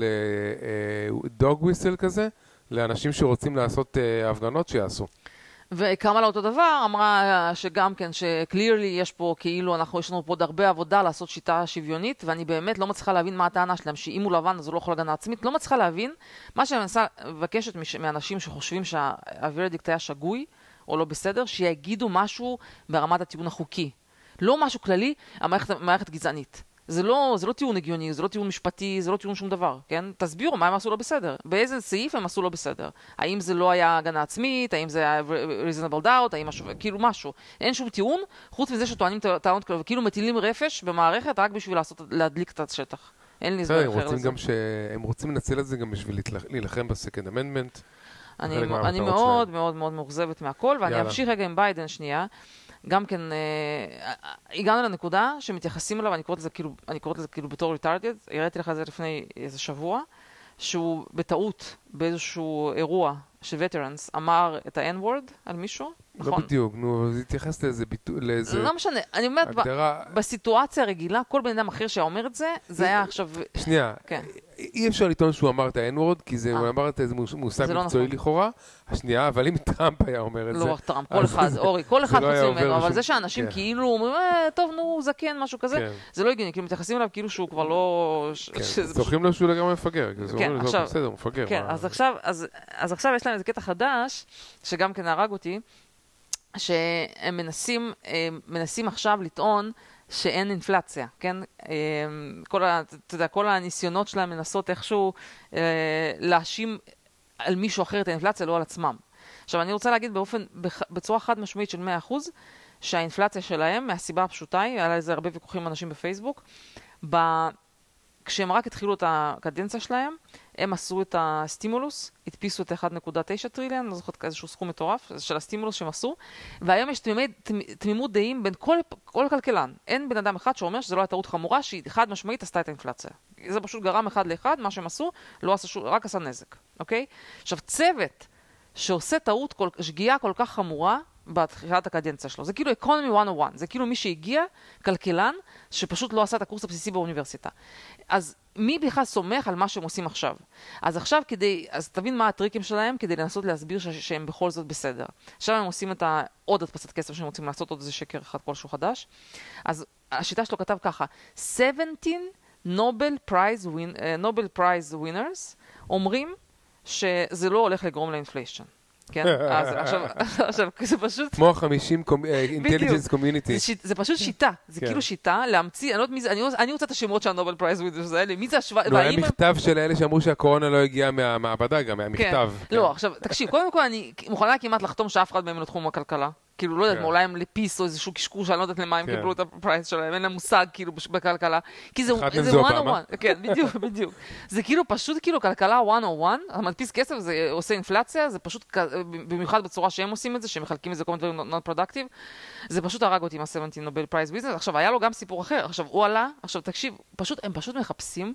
דוג וויסל כזה, לאנשים שרוצים לעשות הפגנות שיעשו. וקמה לה אותו דבר, אמרה שגם כן, שקלירלי יש פה, כאילו יש לנו פה עוד הרבה עבודה לעשות שיטה שוויונית, ואני באמת לא מצליחה להבין מה הטענה שלהם, שאם הוא לבן אז הוא לא יכול הגנה עצמית, לא מצליחה להבין. מה שאני מנסה לבקשת מאנשים שחושבים שהוורדיקט היה שגוי, או לא בסדר, שיגידו משהו ברמת הטיעון החוקי. לא משהו כללי, המערכת גזענית. זה לא טיעון הגיוני, זה לא טיעון משפטי, זה לא טיעון שום דבר, כן? תסבירו מה הם עשו לא בסדר. באיזה סעיף הם עשו לא בסדר. האם זה לא היה הגנה עצמית, האם זה היה reasonable doubt, האם משהו, כאילו משהו. אין שום טיעון, חוץ מזה שטוענים טענות כאלה, וכאילו מטילים רפש במערכת רק בשביל להדליק את השטח. אין לי זמן אחר לזה. הם רוצים לנצל את זה גם בשביל להילחם בסקנד אמנדמנט. אני מאוד מאוד מאוד מאוכזבת מהכל, ואני אמשיך רגע עם ביידן שנייה. גם כן, הגענו לנקודה שמתייחסים אליו, אני קוראת לזה כאילו בתור retarded, הראיתי לך את זה לפני איזה שבוע, שהוא בטעות באיזשהו אירוע שווטרנס אמר את ה-N-word על מישהו, נכון? לא בדיוק, נו, זה התייחס לאיזה ביטוי, לאיזה... לא משנה, אני אומרת, בסיטואציה הרגילה, כל בן אדם אחר שאומר את זה, זה היה עכשיו... שנייה, אי אפשר לטעון שהוא אמר את ה-N-word, כי הוא אמר את איזה מושג מקצועי לכאורה, השנייה, אבל אם טראמפ היה אומר את זה... לא רק טראמפ, כל אחד, אורי, כל אחד חוץ ממנו, אבל זה שאנשים כאילו אומרים, טוב, נו, זקן, משהו כזה, זה לא הגיוני, כאילו מתייחסים אליו כאילו שהוא כבר לא... זוכרים לו שהוא לגמרי מפגר, בסדר, הוא מפגר. כן, אז עכשיו יש להם איזה קטע חדש, שגם כן הרג אותי, שהם מנסים עכשיו לטעון שאין אינפלציה, כן? כל הניסיונות שלהם מנסות איכשהו להאשים על מישהו אחר את האינפלציה, לא על עצמם. עכשיו, אני רוצה להגיד בצורה חד משמעית של 100%, שהאינפלציה שלהם, מהסיבה הפשוטה היא, היה לזה הרבה ויכוחים עם אנשים בפייסבוק, כשהם רק התחילו את הקדנציה שלהם, הם עשו את הסטימולוס, הדפיסו את 1.9 טריליון, לא זוכרת איזשהו סכום מטורף, של הסטימולוס שהם עשו, והיום יש תמימות דעים בין כל כלכלן. אין בן אדם אחד שאומר שזו לא הייתה טעות חמורה, שהיא חד משמעית עשתה את האינפלציה. זה פשוט גרם אחד לאחד, מה שהם עשו, רק עשה נזק, אוקיי? עכשיו, צוות שעושה טעות, שגיאה כל כך חמורה, בתחילת הקדנציה שלו. זה כאילו Economy 101, זה כאילו מי שהגיע, כלכלן, שפשוט לא עשה את הקורס הבסיסי באוניברסיטה. אז מי בכלל סומך על מה שהם עושים עכשיו? אז עכשיו אז תבין מה הטריקים שלהם, כדי לנסות להסביר שהם בכל זאת בסדר. עכשיו הם עושים עוד הדפסת כסף שהם רוצים לעשות, עוד איזה שקר אחד כלשהו חדש. אז השיטה שלו כתב ככה, 17 Nobel Prize winners אומרים שזה לא הולך לגרום לאינפליישן. כן? אז עכשיו, זה פשוט... כמו 50 Intelligence Community. זה פשוט שיטה. זה כאילו שיטה להמציא, אני לא יודעת מי זה, אני רוצה את השמות של הנובל פרייז ווינרס האלה, מי זה השוואה... לא, היה מכתב של אלה שאמרו שהקורונה לא הגיעה מהמעבדה גם, היה מכתב. לא, עכשיו, תקשיב, קודם כל אני מוכנה כמעט לחתום שאף אחד מהם לתחום הכלכלה. כאילו, לא יודעת, אולי הם לפיס או איזשהו קשקוש, אני לא יודעת למה הם קיבלו את הפרייס שלהם, אין להם מושג כאילו בכלכלה. כי זה 101, כן, בדיוק. זה כאילו פשוט כאילו כלכלה 101, המדפיס כסף זה עושה אינפלציה, זה פשוט, במיוחד בצורה שהם עושים את זה, שהם מחלקים את זה כל מיני דברים not productive, זה פשוט הרג אותי עם ה-17 נובל פרייס ביזנס. עכשיו, היה לו גם סיפור אחר, עכשיו הוא עלה, עכשיו תקשיב, הם פשוט מחפשים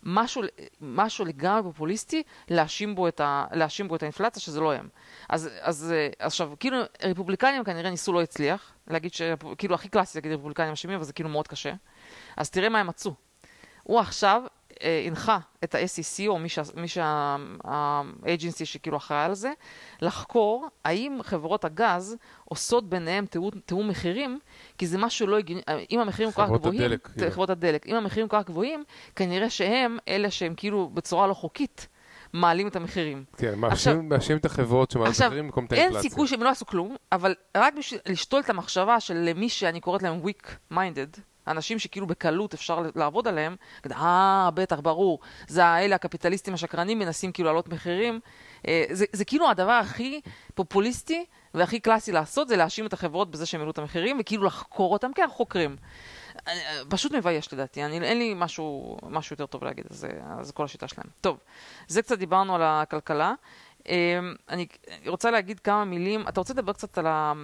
משהו לגמרי פופוליסטי, להאשים בו את האינפלציה, שזה לא הם. אז עכשיו, כאילו, רפובליקנים כנראה ניסו לא הצליח, להגיד שכאילו הכי קלאסי להגיד רפובליקנים אשמים, אבל זה כאילו מאוד קשה. אז תראה מה הם מצאו. הוא עכשיו הנחה את ה-SEC, או מי שהאג'נסי שכאילו אחראי על זה, לחקור האם חברות הגז עושות ביניהם תיאום מחירים, כי זה משהו לא הגיוני, אם המחירים כל כך גבוהים, חברות הדלק, אם המחירים כל כך גבוהים, כנראה שהם, אלה שהם כאילו בצורה לא חוקית, מעלים את המחירים. כן, מאשים את החברות שמעלים את המחירים במקום את האינפלציה. אין סיכוי שהם לא עשו כלום, אבל רק בשביל לשתול את המחשבה של מי שאני קוראת להם weak-minded, אנשים שכאילו בקלות אפשר לעבוד עליהם, בטח, ברור, זה האלה הקפיטליסטים השקרנים מנסים כאילו לעלות מחירים. זה כאילו הדבר הכי פופוליסטי והכי קלאסי לעשות, זה להאשים את החברות בזה שהם העלו את המחירים, וכאילו לחקור אותם כחוקרים. פשוט מבייש לדעתי, אין לי משהו יותר טוב להגיד, אז כל השיטה שלהם. טוב, זה קצת דיברנו על הכלכלה. אני רוצה להגיד כמה מילים, אתה רוצה לדבר קצת על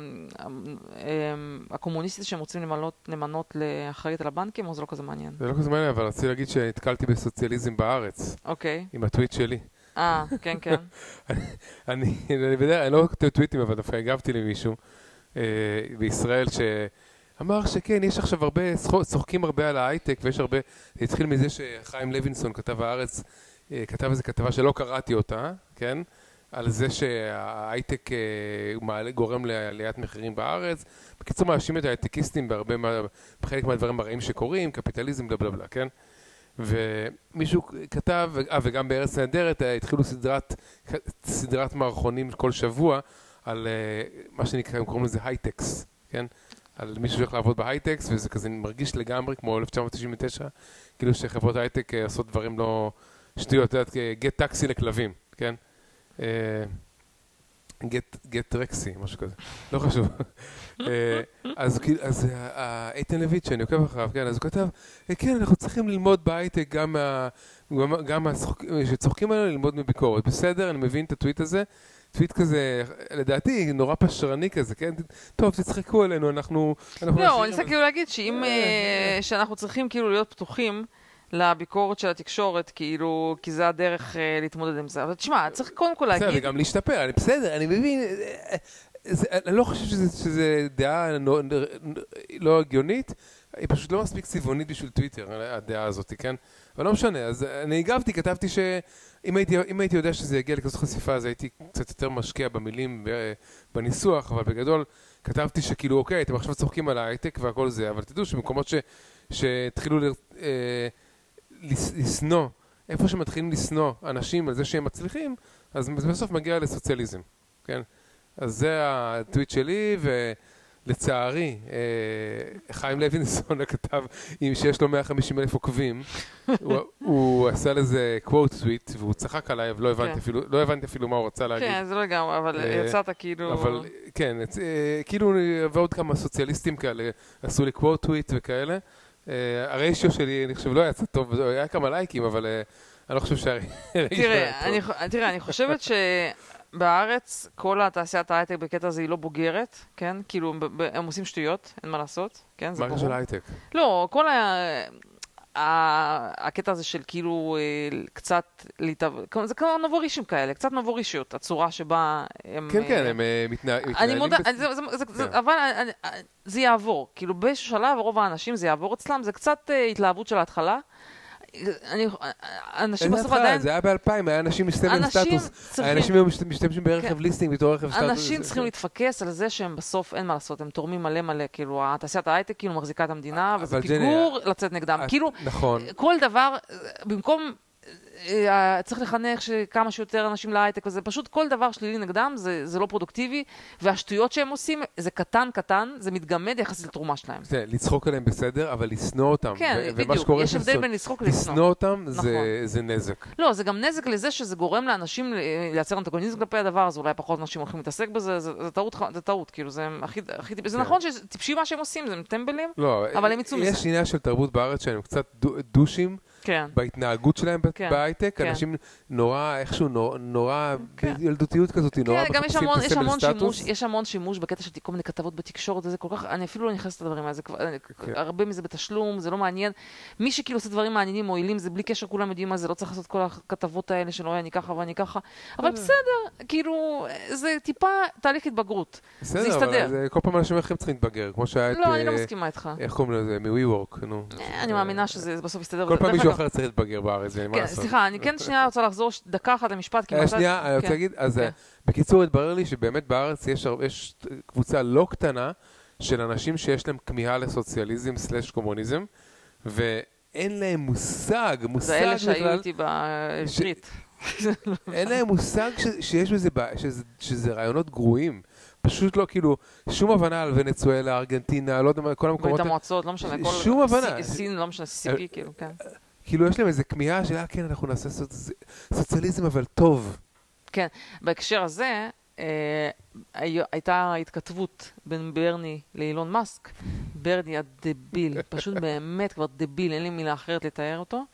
הקומוניסטית שהם רוצים למנות לאחראית על הבנקים, או זה לא כזה מעניין? זה לא כזה מעניין, אבל רציתי להגיד שנתקלתי בסוציאליזם בארץ. אוקיי. עם הטוויט שלי. כן. אני לא כותב טוויטים, אבל דווקא הגבתי למישהו בישראל אמר שכן, יש עכשיו הרבה, צוחקים הרבה על ההייטק, ויש הרבה, זה התחיל מזה שחיים לוינסון כתב הארץ, כתב איזו כתבה שלא קראתי אותה, כן? על זה שההייטק גורם לעליית מחירים בארץ. בקיצור, מאשים את ההייטקיסטים בחלק מהדברים הרעים שקורים, קפיטליזם, בלה בלה בלה, כן? ומישהו כתב, וגם בארץ נהדרת, התחילו סדרת מערכונים כל שבוע, על מה שנקרא, הם קוראים לזה הייטקס, כן? על מישהו שהולך לעבוד בהייטקס, וזה כזה מרגיש לגמרי כמו 1999, כאילו שחברות הייטק עושות דברים לא שטויות, את יודעת, גט טקסי לכלבים, כן? גט רקסי, משהו כזה, לא חשוב. אז איתן לויט, שאני עוקב אחריו, כן, אז הוא כתב, כן, אנחנו צריכים ללמוד בהייטק, גם שצוחקים עלינו ללמוד מביקורת. בסדר, אני מבין את הטוויט הזה, טוויט כזה, לדעתי, נורא פשרני כזה, כן? טוב, תצחקו עלינו, אנחנו... לא, אני רוצה כאילו להגיד שאם... שאנחנו צריכים כאילו להיות פתוחים לביקורת של התקשורת, כאילו, כי זה הדרך להתמודד עם זה. אבל תשמע, צריך קודם כל להגיד... בסדר, וגם להשתפר, בסדר, אני מבין... אני לא חושב שזה דעה לא הגיונית, היא פשוט לא מספיק צבעונית בשביל טוויטר, הדעה הזאת, כן? אבל לא משנה, אז אני הגבתי, כתבתי שאם הייתי יודע שזה יגיע לכזאת חשיפה, אז הייתי קצת יותר משקיע במילים, בניסוח, אבל בגדול כתבתי שכאילו, אוקיי, אתם עכשיו צוחקים על ההייטק והכל זה, אבל תדעו שבמקומות שהתחילו לסנוע, איפה שמתחילים לסנוע אנשים על זה שהם מצליחים, אז בסוף מגיע לסוציאליזם, כן? אז זה הטוויט שלי, ולצערי, חיים לוינסון כתב, שיש לו 150,000 עוקבים, הוא עשה לזה קוואט טוויט, והוא צחק עליי, ולא הבנתי אפילו מה הוא רצה להגיד. כן, זה לא לגמרי, אבל יצאת כאילו... אבל כן, כאילו, ועוד כמה סוציאליסטים כאלה, עשו לי קוואט טוויט וכאלה. הריישיו שלי, אני חושב, לא יצא טוב, היה כמה לייקים, אבל אני לא חושב שהריישיו היה טוב. תראה, אני חושבת בארץ, כל התעשיית ההייטק בקטע הזה היא לא בוגרת, כן? כאילו, הם עושים שטויות, אין מה לעשות, כן? מה של ההייטק? לא, כל הקטע הזה של כאילו קצת, זה כמו נבורישים כאלה, קצת נבורישיות, הצורה שבה הם... כן, כן, הם מתנהלים... אני מודה, אבל זה יעבור, כאילו באיזשהו שלב רוב האנשים זה יעבור אצלם, זה קצת התלהבות של ההתחלה, אנשים בסוף עדיין... זה היה ב-2000, היה אנשים מסתובבים סטטוס. אנשים משתמשים ברכב ליסטינג בתור רכב סטטוס. אנשים צריכים להתפקס על זה שהם בסוף אין מה לעשות, הם תורמים מלא מלא, כאילו, התעשיית ההייטק כאילו מחזיקה את המדינה, וזה פיגור לצאת נגדם. כאילו, כל דבר, במקום... צריך לחנך שכמה שיותר אנשים להייטק וזה פשוט כל דבר שלילי נגדם זה לא פרודוקטיבי והשטויות שהם עושים זה קטן זה מתגמד יחסית לתרומה שלהם. זה לצחוק עליהם בסדר אבל לשנוא אותם. כן, בדיוק, יש הבדל בין לצחוק לשנוא אותם זה נזק. לא, זה גם נזק לזה שזה גורם לאנשים לייצר אנטגוניזם כלפי הדבר אז אולי פחות אנשים הולכים להתעסק בזה, זה טעות, כאילו זה זה נכון שטיפשי מה שהם עושים, זה טמבלים, אבל הם יצאו מזה. יש עניין של תרבות בארץ שהם קצת דושים בהתנהגות שלהם בהייטק, אנשים נורא, איכשהו נורא ילדותיות כזאת, נורא מחפשים את הסמל סטטוס. יש המון שימוש בקטע של כל מיני כתבות בתקשורת, וזה כל כך, אני אפילו לא נכנסת לדברים האלה, הרבה מזה בתשלום, זה לא מעניין. מי שכאילו עושה דברים מעניינים, מועילים, זה בלי קשר, כולם יודעים מה זה, לא צריך לעשות כל הכתבות האלה שלא, אני ככה ואני ככה, אבל בסדר, כאילו, זה טיפה תהליך התבגרות. זה יסתדר. בסדר, אבל כל פעם אנשים אחרים צריכים להתבגר, כמו שהיה לא, אני לא מסכימה איתך. איך קוראים לזה? מ-WeWork, נו. אני מאמינה שזה בסוף יסתדר. כל פעם מישהו אחר צריך להתבגר בארץ, ואין מה לעשות. סליחה, אני כן שנייה רוצה לחזור דקה אחת למשפט. שנייה, אני רוצה להגיד, אז בקיצור התברר לי שבאמת בארץ יש קבוצה לא קטנה של אנשים שיש להם כמיהה לסוציאליזם סלש קומוניזם, ואין להם מושג זה אלה שהיו איתי בעברית. אין להם מושג שיש בזה, שזה רעיונות גרועים. פשוט לא, כאילו, שום הבנה על ונצואלה, ארגנטינה, לא יודע מה, כל המקומות... ברית המועצות, לא משנה, שום הבנה. סין, לא משנה, סיפי, כאילו, כן. כאילו, יש להם איזו כמיהה של, כן, אנחנו נעשה סוציאליזם, אבל טוב. כן, בהקשר הזה, הייתה התכתבות בין ברני לאילון מאסק. ברני הדביל, פשוט באמת כבר דביל, אין לי מילה אחרת לתאר אותו.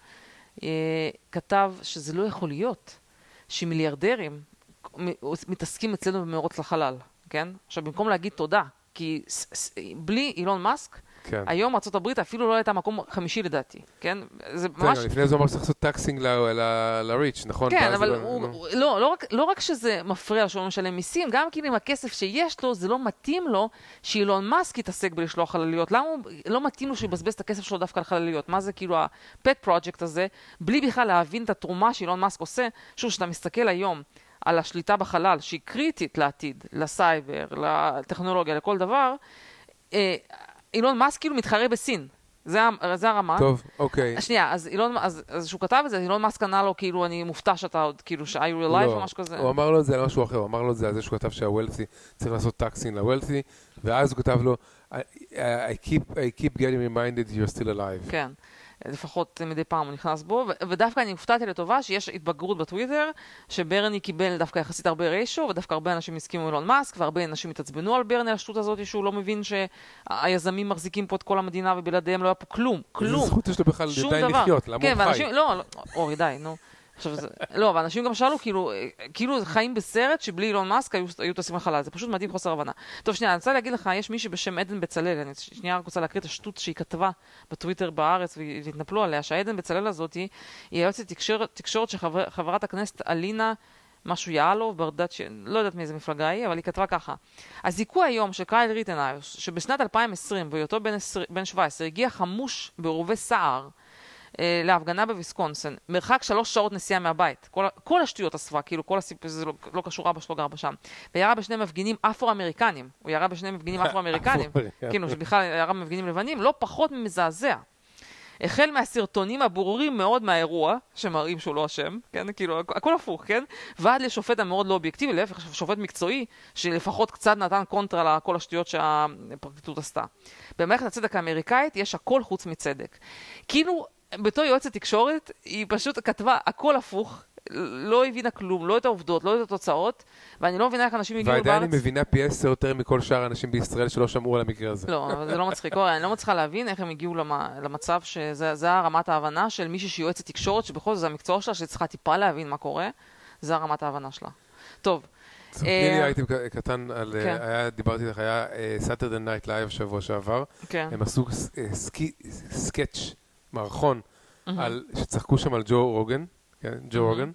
כתב שזה לא יכול להיות שמיליארדרים מתעסקים אצלנו במאורץ לחלל, כן? עכשיו, במקום להגיד תודה, כי בלי אילון מאסק, כן. היום ארצות הברית אפילו לא הייתה מקום חמישי לדעתי, כן? זה ממש... לפני זה אמר שצריך לעשות טקסינג לריץ', נכון? כן, אבל לא רק שזה מפריע לו שהוא משלם מיסים, גם כאילו עם הכסף שיש לו, זה לא מתאים לו שאילון מאסק יתעסק בלשלוח חלליות. למה הוא לא מתאים לו שיבזבז את הכסף שלו דווקא על חלליות? מה זה כאילו הפט פרויקט הזה, בלי בכלל להבין את התרומה שאילון מאסק עושה? שוב, שאתה מסתכל היום על השליטה בחלל, שהיא קריטית לעתיד, לסייבר, לטכנולוגיה, לכל דבר, אילון מאסק כאילו מתחרה בסין, זה הרמה. טוב, אוקיי. שנייה, אז שהוא כתב את זה, אילון מאסק ענה לו, כאילו, אני מופתע שאתה עוד, כאילו, ש-I real life או משהו כזה. הוא אמר לו את זה על משהו אחר, הוא אמר לו את זה על זה שהוא כתב שה-wealthy צריך לעשות טקסין ל-wealthy, ואז הוא כתב לו, I keep getting reminded you're still alive. כן. לפחות מדי פעם הוא נכנס בו, ודווקא אני הופתעתי לטובה שיש התבגרות בטוויטר, שברני קיבל דווקא יחסית הרבה ריישו, ודווקא הרבה אנשים הסכימו עם אילון מאסק, והרבה אנשים התעצבנו על ברני, על השטות הזאת, שהוא לא מבין שהיזמים מחזיקים פה את כל המדינה, ובלעדיהם לא היה פה כלום. איזה זכות יש לו בכלל די לחיות, למה הוא חי? אורי, די, נו. לא, אבל אנשים גם שאלו, כאילו חיים בסרט שבלי אילון מאסק היו טסים לחלל, זה פשוט מדהים חוסר הבנה. טוב, שנייה, אני רוצה להגיד לך, יש מישהי בשם עדן בצלאל, אני שנייה רק רוצה להקריא את השטות שהיא כתבה בטוויטר בארץ והתנפלו עליה, שהעדן בצלאל הזאת היא היועצת תקשורת של חברת הכנסת אלינה משהו יעלוב, ברדת לא יודעת מאיזה מפלגה היא, אבל היא כתבה ככה. הזיכוי היום של קייל ריטנהאוס, שבשנת 2020 והיותו בן 17 הגיע חמוש בעורבי סער, להפגנה בוויסקונסין, מרחק 3 שעות נסיעה מהבית. כל השטויות אספה, כאילו כל הסיפור, זה לא קשור, אבא שלו גר בשם. וירה בשני מפגינים אפרו-אמריקנים. הוא ירה בשני מפגינים אפרו-אמריקנים. כאילו, שבכלל ירה במפגינים לבנים, לא פחות ממזעזע. החל מהסרטונים הברורים מאוד מהאירוע, שמראים שהוא לא אשם, כן? כאילו, הכל הפוך, כן? ועד לשופט המאוד לא אובייקטיבי, להפך, שופט מקצועי, שלפחות קצת נתן קונטרה לכל השטויות שהפרקליטות עשתה. במערכת הצדק האמריקאית יש הכל חוץ מצדק. כאילו, בתור יועצת תקשורת, היא פשוט כתבה הכל הפוך, לא הבינה כלום, לא את העובדות, לא את התוצאות, ואני לא מבינה איך אנשים הגיעו בארץ. ועדיין היא מבינה פי 10 יותר מכל שאר האנשים בישראל שלא שמעו על המקרה הזה. לא, אבל זה לא מצחיק. אני לא מצליחה להבין איך הם הגיעו למצב שזה הרמת ההבנה של מישהי שיועצת תקשורת, שבכל זאת זה המקצוע שלה, שצריכה טיפה להבין מה קורה, זה הרמת ההבנה שלה. טוב. אני הייתי קטן, דיברתי לך, היה Saturday Night Live שבוע שעבר, הם עשו סקץ' מערכון, שצחקו שם על ג'ו רוגן, ג'ו רוגן,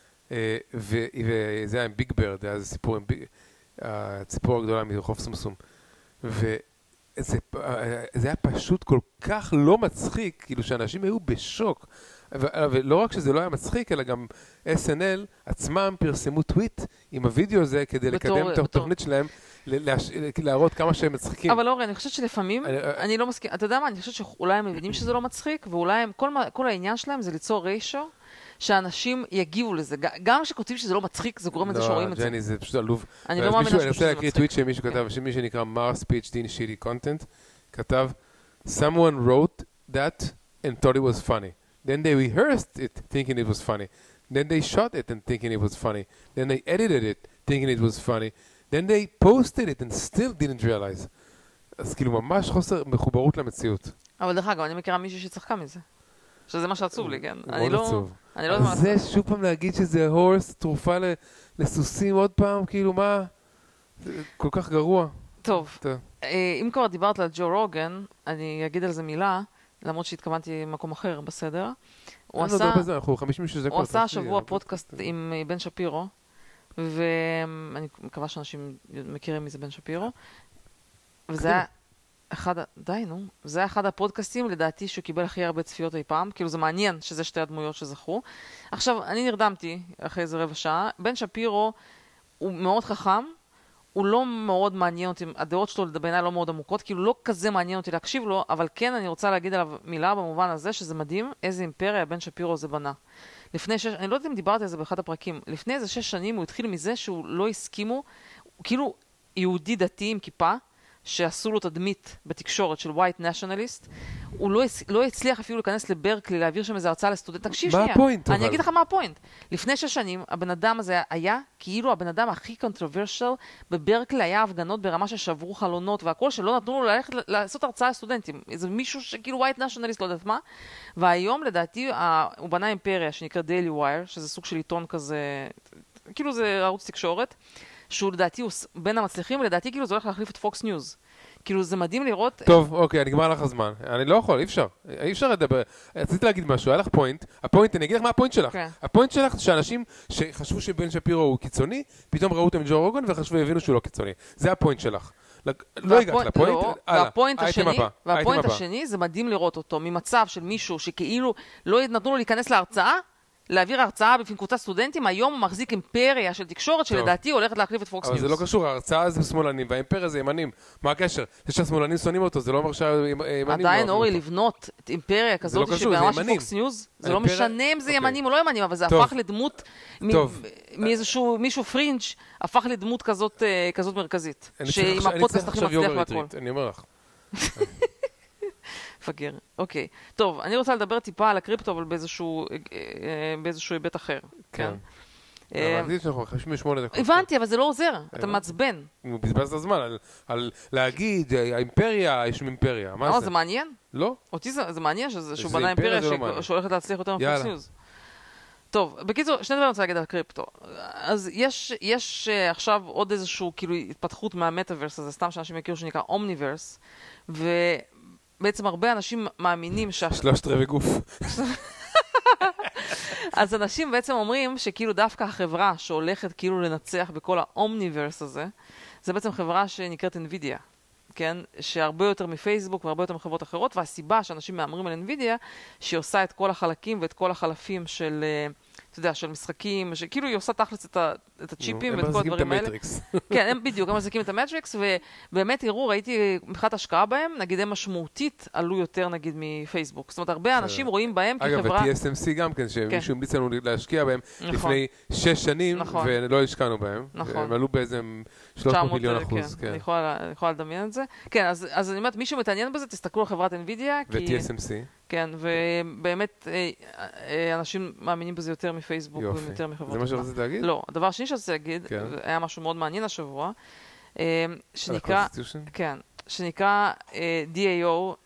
וזה היה עם ביג ברד, היה סיפור עם הציפור הגדולה מרחוב סומסום, וזה היה פשוט כל כך לא מצחיק, כאילו שאנשים היו בשוק, ולא רק שזה לא היה מצחיק, אלא גם SNL עצמם פרסמו טוויט עם הוידאו הזה כדי לקדם את התוכנית שלהם, להראות כמה שהם מצחיקים. אבל אורי, אני חושבת שלפעמים, אני לא מסכים, אתה יודע מה, אני חושבת שאולי הם מבינים שזה לא מצחיק, ואולי כל העניין שלהם זה ליצור ריישו, שאנשים יגיעו לזה. גם שכותבים שזה לא מצחיק, זה גורם לזה שרואים את זה. לא, ג'ני, זה פשוט עלוב. אני לא מאמינה שזה מצחיק. אני רוצה להקריא טוויט שמישהו כתב, שמי שנקרא Mars PhD in Shitty Content, כתב, Someone wrote that and thought it was funny. Then they rehearsed it thinking it was funny. Then they shot it and thinking it was funny. Then they edited it thinking it was funny. Then they posted it and still didn't realize. אז כאילו ממש חוסר מחוברות למציאות. אבל דרך אגב, אני מכירה מישהו שצחקה מזה. שזה מה שעצוב לי, כן? מאוד עצוב. אז זה שוב פעם להגיד שזה הורס, תרופה לסוסים עוד פעם, כאילו מה? כל כך גרוע. טוב. אם כבר דיברת על ג'ו רוגן, אני אגיד על זה מילה, למרות שהתכוונתי במקום אחר בסדר. הוא עשה שבוע פודקאסט עם בן שפירו, ואני מקווה שאנשים מכירים מי זה בן שפירו, וזה היה אחד הפודקאסטים לדעתי שהוא קיבל הכי הרבה צפיות אי פעם, כאילו זה מעניין שזה שתי הדמויות שזכו. עכשיו, אני נרדמתי אחרי איזה רבע שעה, בן שפירו הוא מאוד חכם, הוא לא מאוד מעניין אותי, הדעות שלו בעיניי לא מאוד עמוקות, כאילו לא כזה מעניין אותי להקשיב לו, אבל כן אני רוצה להגיד עליו מילה במובן הזה שזה מדהים איזה אימפריה בן שפירו זה בנה. אני לא יודעת אם דיברתי על זה באחד הפרקים, לפני איזה 6 שנים הוא התחיל מזה שהוא לא הסכימו, כאילו יהודי דתי עם כיפה, שעשו לו תדמית בתקשורת של white nationalist, הוא לא הצליח אפילו להיכנס לברקלי, להעביר שם איזו הרצאה לסטודנט. תקשיב שנייה. מה הפוינט? אני אגיד לך מה הפוינט. לפני 6 שנים, הבן אדם הזה היה כאילו הבן אדם הכי controversial, בברקלי היה הפגנות ברמה ששברו חלונות והכל, שלא נתנו לו ללכת לעשות הרצאה לסטודנטים. איזה מישהו שכאילו white nationalist, לא יודעת מה. והיום לדעתי, הוא בנה אימפריה שנקרא Daily Wire, שזה סוג של עיתון כזה, כאילו זה ערוץ תקשורת. שהוא לדעתי הוא בין המצליחים, ולדעתי כאילו זה הולך להחליף את פוקס ניוז. כאילו זה מדהים לראות... טוב, אוקיי, נגמר לך הזמן. אני לא יכול, אי אפשר לדבר. רציתי להגיד משהו, היה לך פוינט. הפוינט, אני אגיד לך מה הפוינט שלך. הפוינט שלך זה שאנשים שחשבו שבן שפירו הוא קיצוני, פתאום ראו אותם ג'ו רוגן וחשבו והבינו שהוא לא קיצוני. זה הפוינט שלך. לא הגעת לפוינט. והפוינט השני זה מדהים לראות אותו ממצב של מישהו שכאילו לא נתנו לו להיכנס להרצאה, להעביר הרצאה בפני קבוצת סטודנטים, היום הוא מחזיק אימפריה של תקשורת שלדעתי הולכת להחליף את פוקס ניוז. אבל זה לא קשור, ההרצאה זה שמאלנים והאימפריה זה ימנים. מה הקשר? זה שהשמאלנים שונאים אותו, זה לא אומר שהימנים לא... עדיין אורי לבנות אימפריה כזאת שבאמת של פוקס ניוז, זה לא משנה אם זה ימנים או לא ימנים, אבל זה הפך לדמות מאיזשהו מישהו פרינג' הפך לדמות כזאת מרכזית. שעם הפודקאסט הכי מצליח והכל. אני אומר לך. פגר, אוקיי. טוב, אני רוצה לדבר טיפה על הקריפטו, אבל באיזשהו היבט אחר. כן. אבל אנחנו 58 דקות. הבנתי, אבל זה לא עוזר, אתה מעצבן. הוא בזבז את הזמן על להגיד, האימפריה, יש אימפריה. מה זה? זה מעניין? לא. אותי זה מעניין שהוא בנה אימפריה שהולכת להצליח יותר מפוקס ניוז. טוב, בקיצור, שני דברים אני רוצה להגיד על קריפטו. אז יש עכשיו עוד איזשהו כאילו התפתחות מהמטאברס הזה, סתם שאנשים יכירו שנקרא אומניברס, בעצם הרבה אנשים מאמינים 3/4 גוף. אז אנשים בעצם אומרים שכאילו דווקא החברה שהולכת כאילו לנצח בכל האומניברס הזה, זה בעצם חברה שנקראת NVIDIA, כן? שהרבה יותר מפייסבוק והרבה יותר מחברות אחרות, והסיבה שאנשים מאמרים על NVIDIA, שהיא עושה את כל החלקים ואת כל החלפים של... אתה יודע, של משחקים, שכאילו היא עושה תכלס את הצ'יפים ואת כל הדברים האלה. כן, הם בדיוק, הם מחזיקים את המטריקס, ובאמת ראיתי מבחינת השקעה בהם, נגיד הם משמעותית עלו יותר נגיד מפייסבוק. זאת אומרת, הרבה אנשים רואים בהם כחברה... אגב, ו-TSMC גם כן, שמישהו המליץ לנו להשקיע בהם לפני 6 שנים, ולא השקענו בהם. הם עלו באיזה 300 מיליון אחוז. אני יכולה לדמיין את זה. כן, אז אני אומרת, מישהו מתעניין בזה, תסתכלו על חברת NVIDIA. ו-TSMC. כן, ובאמת אנשים מאמינים בזה יותר מפייסבוק ויותר מחברות. זה מה שרציתי להגיד? לא, הדבר השני שרציתי להגיד, היה משהו מאוד מעניין השבוע, שנקרא DAO,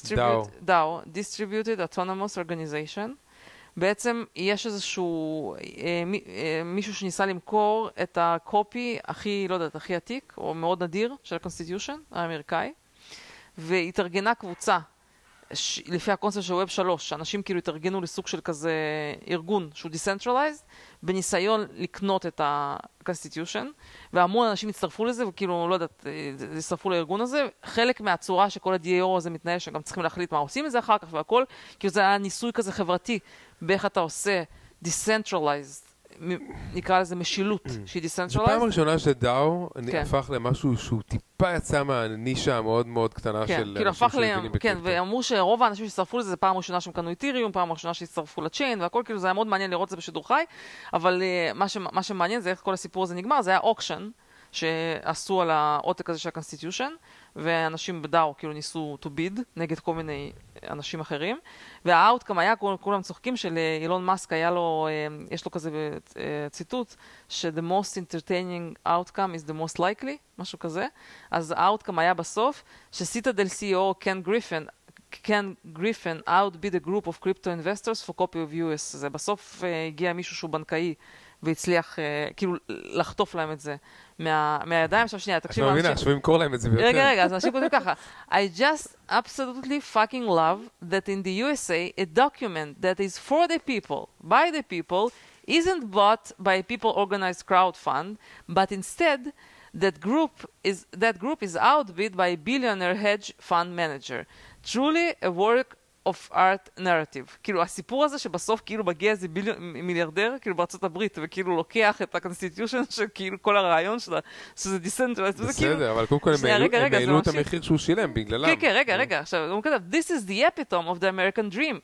Distributed Autonomous Organization. בעצם יש איזשהו מישהו שניסה למכור את הקופי הכי, לא יודעת, הכי עתיק, או מאוד נדיר, של ה-Constitution האמריקאי, והתארגנה קבוצה לפי הקונספט של ווב 3, אנשים כאילו התארגנו לסוג של כזה ארגון שהוא decentralized, בניסיון לקנות את ה-Constitution, והמון אנשים הצטרפו לזה, וכאילו, לא יודעת, הצטרפו לארגון הזה. חלק מהצורה שכל ה-DAO הזה מתנהל, שגם צריכים להחליט מה עושים את זה אחר כך והכל, כאילו זה היה ניסוי כזה חברתי, באיך אתה עושה decentralized, נקרא לזה משילות, שהיא decentralized. זו פעם ראשונה שדאו הפך למשהו שהוא טיפה יצא מהנישה המאוד מאוד קטנה של אנשים שמבינים בקריפטו. כן, ואמרו שרוב האנשים שהצטרפו לזה, זה פעם ראשונה שהם קנו איתריום, פעם ראשונה שהצטרפו לצ'יין, והכל כאילו זה היה מאוד מעניין לראות את זה בשידור חי, אבל מה שמעניין זה איך כל הסיפור הזה נגמר, זה היה אוקשן, שעשו על העותק הזה של ה-Constitution, ואנשים בדאו כאילו ניסו to bid נגד כל מיני אנשים אחרים, והאוטקאם היה, כולם צוחקים של אילון מאסק, היה לו, יש לו כזה ציטוט, ש-the most entertaining outcome is the most likely, משהו כזה, אז האוטקאם היה בסוף, שסיטאדל CEO Ken Griffin outbid a group of crypto investors for copy of US, זה בסוף הגיע מישהו שהוא בנקאי, והצליח כאילו לחטוף להם את זה מהידיים. עכשיו שנייה, תקשיב. אני מבינה, שווים קור להם את זה ביותר. רגע, אז אנשים כותבים ככה. I just absolutely fucking love that in the USA a document that is for the people, by the people, isn't bought by a people organized crowdfund, but instead that group is outbid by a billionaire hedge fund manager. Truly a work of art narrative. כאילו הסיפור הזה שבסוף כאילו מגיע איזה מיליארדר כאילו בארצות הברית וכאילו לוקח את ה-Constitution שכאילו כל הרעיון שלה שזה decentralized. בסדר, אבל קודם כל הם העלו את המחיר שהוא שילם בגללם. כן, רגע, עכשיו הוא כתב This is the epitome of the American dream.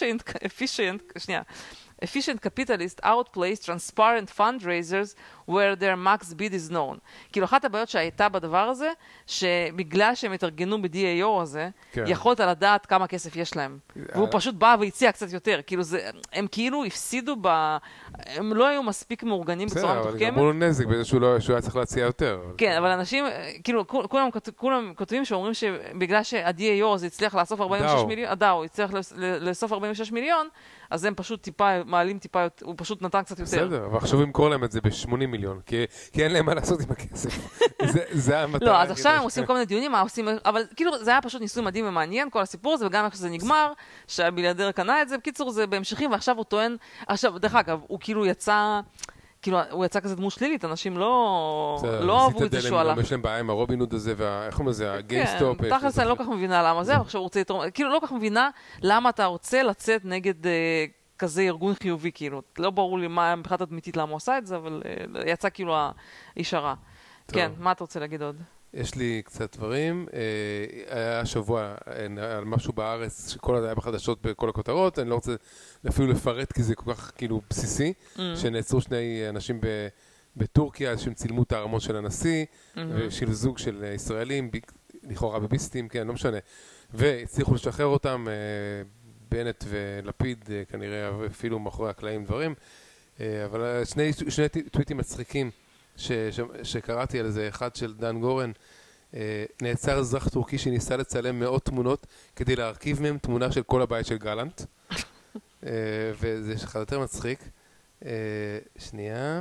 Efficient capitalists outplace transparent fundraisers where their max bid is known. כאילו אחת הבעיות שהייתה בדבר הזה, שבגלל שהם התארגנו ב-DAO הזה, יכולת לדעת כמה כסף יש להם. והוא פשוט בא והציע קצת יותר. כאילו הם כאילו הפסידו הם לא היו מספיק מאורגנים בצורה מתוחכמת. בסדר, אבל גמרו לו נזק בזה שהוא היה צריך להציע יותר. כן, אבל אנשים, כאילו כולם כותבים שאומרים שבגלל שה-DAO הזה הצליח לאסוף 46 מיליון, הדאו הצליח לאסוף 46 מיליון, אז הם פשוט טיפה, מעלים טיפה, הוא פשוט נתן קצת יותר. בסדר, אבל עכשיו ימכור להם את זה ב-80 מיליון, כי אין להם מה לעשות עם הכסף. זה המטרה. לא, אז עכשיו הם עושים כל מיני דיונים, אבל כאילו זה היה פשוט ניסוי מדהים ומעניין, כל הסיפור הזה, וגם איך שזה נגמר, שהמיליארדר קנה את זה, בקיצור זה בהמשכים, ועכשיו הוא טוען, עכשיו, דרך אגב, הוא כאילו יצא, כאילו, הוא יצא כזה דמות שלילית, אנשים לא אהבו את זה שהוא הלך. יש להם בעיה עם הרובינוד הזה, איך אומרים לזה, הגיימסטופ. כן, תכלס אני לא כך מבינה למה זה, עכשיו הוא רוצה לתרום, כאילו לא כך מבינה למה אתה רוצה לצאת נגד כזה ארגון חיובי, כאילו. לא ברור לי מה מבחינת הדמיתית למה הוא עשה את זה, אבל יצא כאילו הישרה. כן, מה אתה רוצה להגיד עוד? יש לי קצת דברים. היה שבוע על משהו בארץ, שכל זה היה בחדשות בכל הכותרות, אני לא רוצה אפילו לפרט, כי זה כל כך כאילו בסיסי, שנעצרו שני אנשים בטורקיה, שהם צילמו את הארמון של הנשיא, של זוג של ישראלים, לכאורה בביסטים, כן, לא משנה. והצליחו לשחרר אותם, בנט ולפיד, כנראה אפילו מאחורי הקלעים דברים, אבל שני טוויטים מצחיקים שקראתי על זה, אחד של דן גורן, נעצר אזרח טורקי שניסה לצלם מאות תמונות כדי להרכיב מהם תמונה של כל הבית של גלנט, וזה אחד יותר מצחיק. שנייה.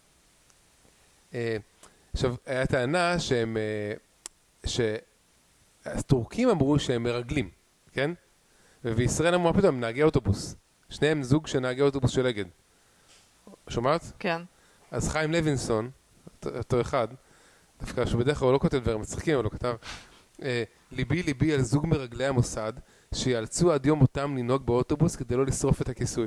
עכשיו, היה טענה שהטורקים אמרו שהם מרגלים, כן? ובישראל אמרו פתאום נהגי אוטובוס. שניהם זוג של נהגי אוטובוס של אגד. שומעת? כן. אז חיים לוינסון, אותו אחד, דווקא שבדרך כלל הוא לא כותב דברים מצחיקים, אבל הוא כתב, ליבי ליבי על זוג מרגלי המוסד, שיאלצו עד יום אותם לנהוג באוטובוס כדי לא לשרוף את הכיסוי.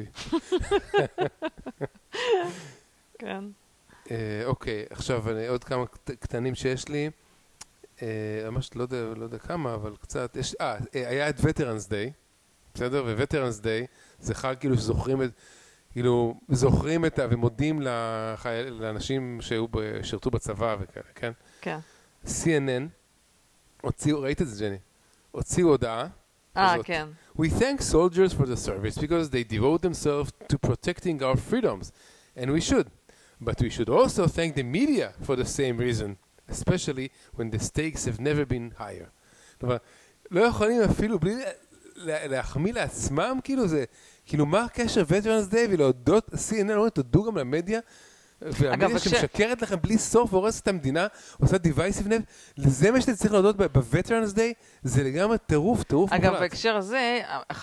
כן. אוקיי, עכשיו עוד כמה קטנים שיש לי, ממש לא יודע כמה, אבל קצת, היה את Veterans Day, בסדר? ו-Veterans Day זה חג כאילו שזוכרים את, כאילו זוכרים את, ומודים לאנשים ששירתו בצבא וכאלה, כן? כן. CNN הוציאו, ראית את זה ג'ני? הוציאו הודעה. כן. We thank soldiers for the service because they devote themselves to protecting our freedoms, and we should. But we should also thank the media for the same reason, especially when the stakes have never been higher. כלומר, לא יכולים אפילו בלי להחמיא לעצמם, כאילו זה, כאילו מה הקשר Veterans Day ולהודות, CNN לא תודו גם למדיה, והמדיה שמשקרת לכם בלי סוף והורסת את המדינה, עושה divisive, לזה מה שאתם צריכים להודות ב-Veterans Day, זה לגמרי טירוף מוחלט. אגב, בהקשר הזה,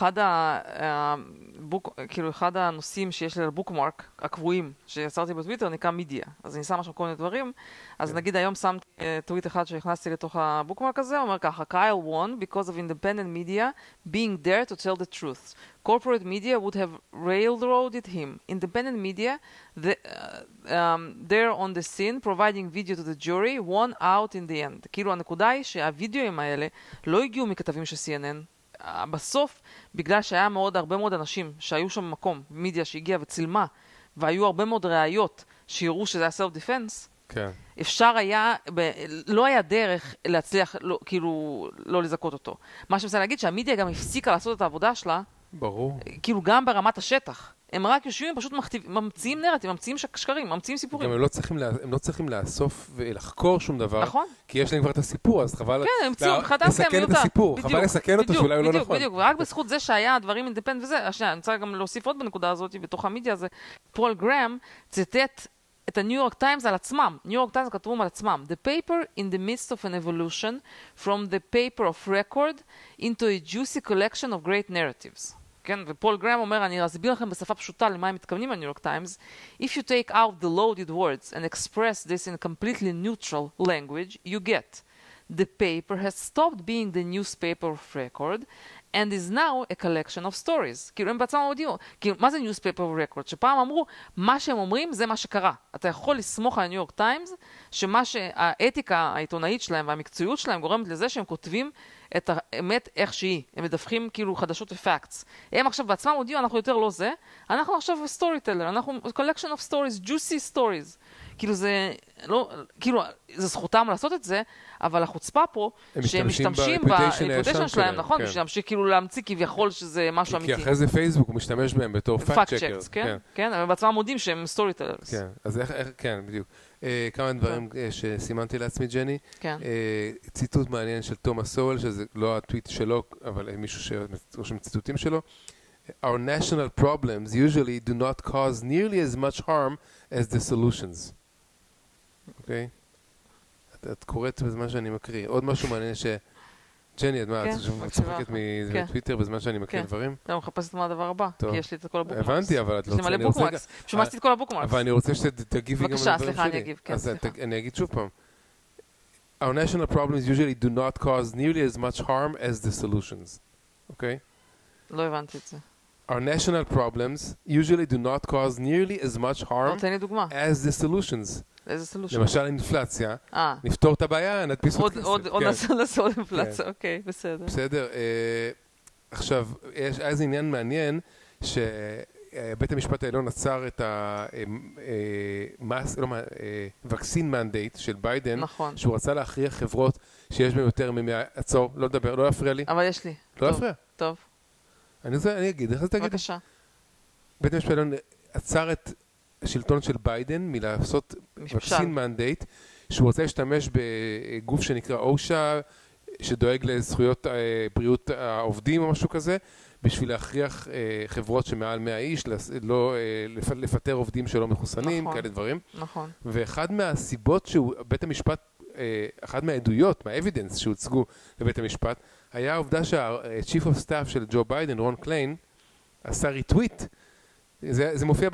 אחד הנושאים שיש לי על בוקמרק, הקבועים, שיצרתי בטוויטר, נקרא מידיה. אז אני שמה שם כל מיני דברים. אז נגיד היום שמתי טוויט אחד שהכנסתי לתוך הבוקמרק הזה, אומר ככה, Kyle won because of independent media being there to tell the truth. Corporate media would have railroaded him. Independent media, there on the scene, providing video to the jury, won out in the end. כאילו הנקודה היא שהווידאוים האלה לא הגיעו מכתבים של CNN. בסוף, בגלל שהיה הרבה מאוד אנשים שהיו שם במקום, מידיה שהגיעה וצילמה, והיו הרבה מאוד ראיות שיראו שזה היה self-defense, כן. אפשר היה, לא היה דרך להצליח, כאילו, לא לזכות אותו. מה שמנסה להגיד שהמידיה גם הפסיקה לעשות את העבודה שלה, ברור. כאילו גם ברמת השטח. הם רק יושבים, פשוט ממציאים נרטיב, ממציאים שקרים, ממציאים סיפורים. גם הם לא צריכים לאסוף ולחקור שום דבר, נכון. כי יש להם כבר את הסיפור, אז חבל לסכן את הסיפור, חבל לסכן אותו שאולי הוא לא נכון. בדיוק, ורק בזכות זה שהיה דברים אינדפנדנט וזה, אני רוצה גם להוסיף עוד בנקודה הזאת, בתוך המדיה הזה, פול גרם ציטט את הניו יורק טיימס על עצמם. ניו יורק טיימס כתבו על עצמם. The paper in the midst of an evolution from the paper of record into a juicy collection of great narratives. כן, ופול גרם אומר, אני אסביר לכם בשפה פשוטה למה הם מתכוונים על ניו יורק טיימס. If you take out the loaded words and express this in completely neutral language, you get the paper has stopped being the newspaper of record and is now a collection of stories. כאילו הם בעצמם הודיעו, כאילו מה זה newspaper of record? שפעם אמרו, מה שהם אומרים זה מה שקרה. אתה יכול לסמוך על ניו יורק טיימס, שמה שהאתיקה העיתונאית שלהם והמקצועיות שלהם גורמת לזה שהם כותבים את האמת איך שהיא. הם מדווחים כאילו חדשות ופקטס. הם עכשיו בעצמם הודיעו, אנחנו יותר לא זה, אנחנו עכשיו סטורי-טלר, אנחנו collection of stories, juicy stories. כאילו זה, לא, כאילו, זה זכותם לעשות את זה, אבל החוצפה פה, שהם משתמשים ב-reputation שלהם, נכון? בשביל להמשיך כאילו להמציא כביכול שזה משהו אמיתי. כי אחרי זה פייסבוק, הוא משתמש בהם בתור fact-checkers. כן, אבל בעצמם מודים שהם storytellers. כן, אז איך, כן, בדיוק. כמה דברים שסימנתי לעצמי, ג'ני. ציטוט מעניין של תומאס סואל, שזה לא הטוויט שלו, אבל מישהו שרושם ציטוטים שלו. Our national problems usually do not cause nearly as much harm as the solutions. אוקיי? את קוראת בזמן שאני מקריא. עוד משהו מעניין ג'ני, את מה? את צוחקת מטוויטר בזמן שאני מקריא דברים? לא, מחפשת מה הדבר הבא, כי יש לי את כל הבוקמרקס. הבנתי, אבל את לא רוצה... יש לי מלא בוקמרקס. שומעתי את כל הבוקמרקס. אבל אני רוצה שתגיבי גם לדברים שלי. בבקשה, סליחה, אני אגיב. אז אני אגיד שוב פעם. Our national problems usually do not cause nearly as much harm as the solutions. אוקיי? לא הבנתי את זה. our national problems usually do not cause nearly as much harm as the solutions. איזה סולושן? למשל אינפלציה, נפתור את הבעיה, נדפיס עוד כסף. עוד נעשה עוד אינפלציה, אוקיי, בסדר. בסדר. עכשיו, היה איזה עניין מעניין, שבית המשפט העליון עצר את vaccine mandate של ביידן, שהוא רצה להכריח חברות שיש בהן יותר עצור, לא לדבר, לא להפריע לי. אבל יש לי. לא להפריע. טוב. אני אגיד, איך זה תגיד? בבקשה. בית המשפט העליון עצר את השלטון של ביידן מלעשות vaccine mandate, שהוא רוצה להשתמש בגוף שנקרא אושה, שדואג לזכויות בריאות העובדים או משהו כזה, בשביל להכריח חברות שמעל 100 איש, לא לפטר עובדים שלא מחוסנים, כאלה דברים. נכון. ואחד מהסיבות בית המשפט, אחד מהעדויות, מהאבידנס שהוצגו לבית המשפט, היה העובדה שה-Chief of Staff של ג'ו ביידן, רון קליין, עשה ריטוויט, זה מופיע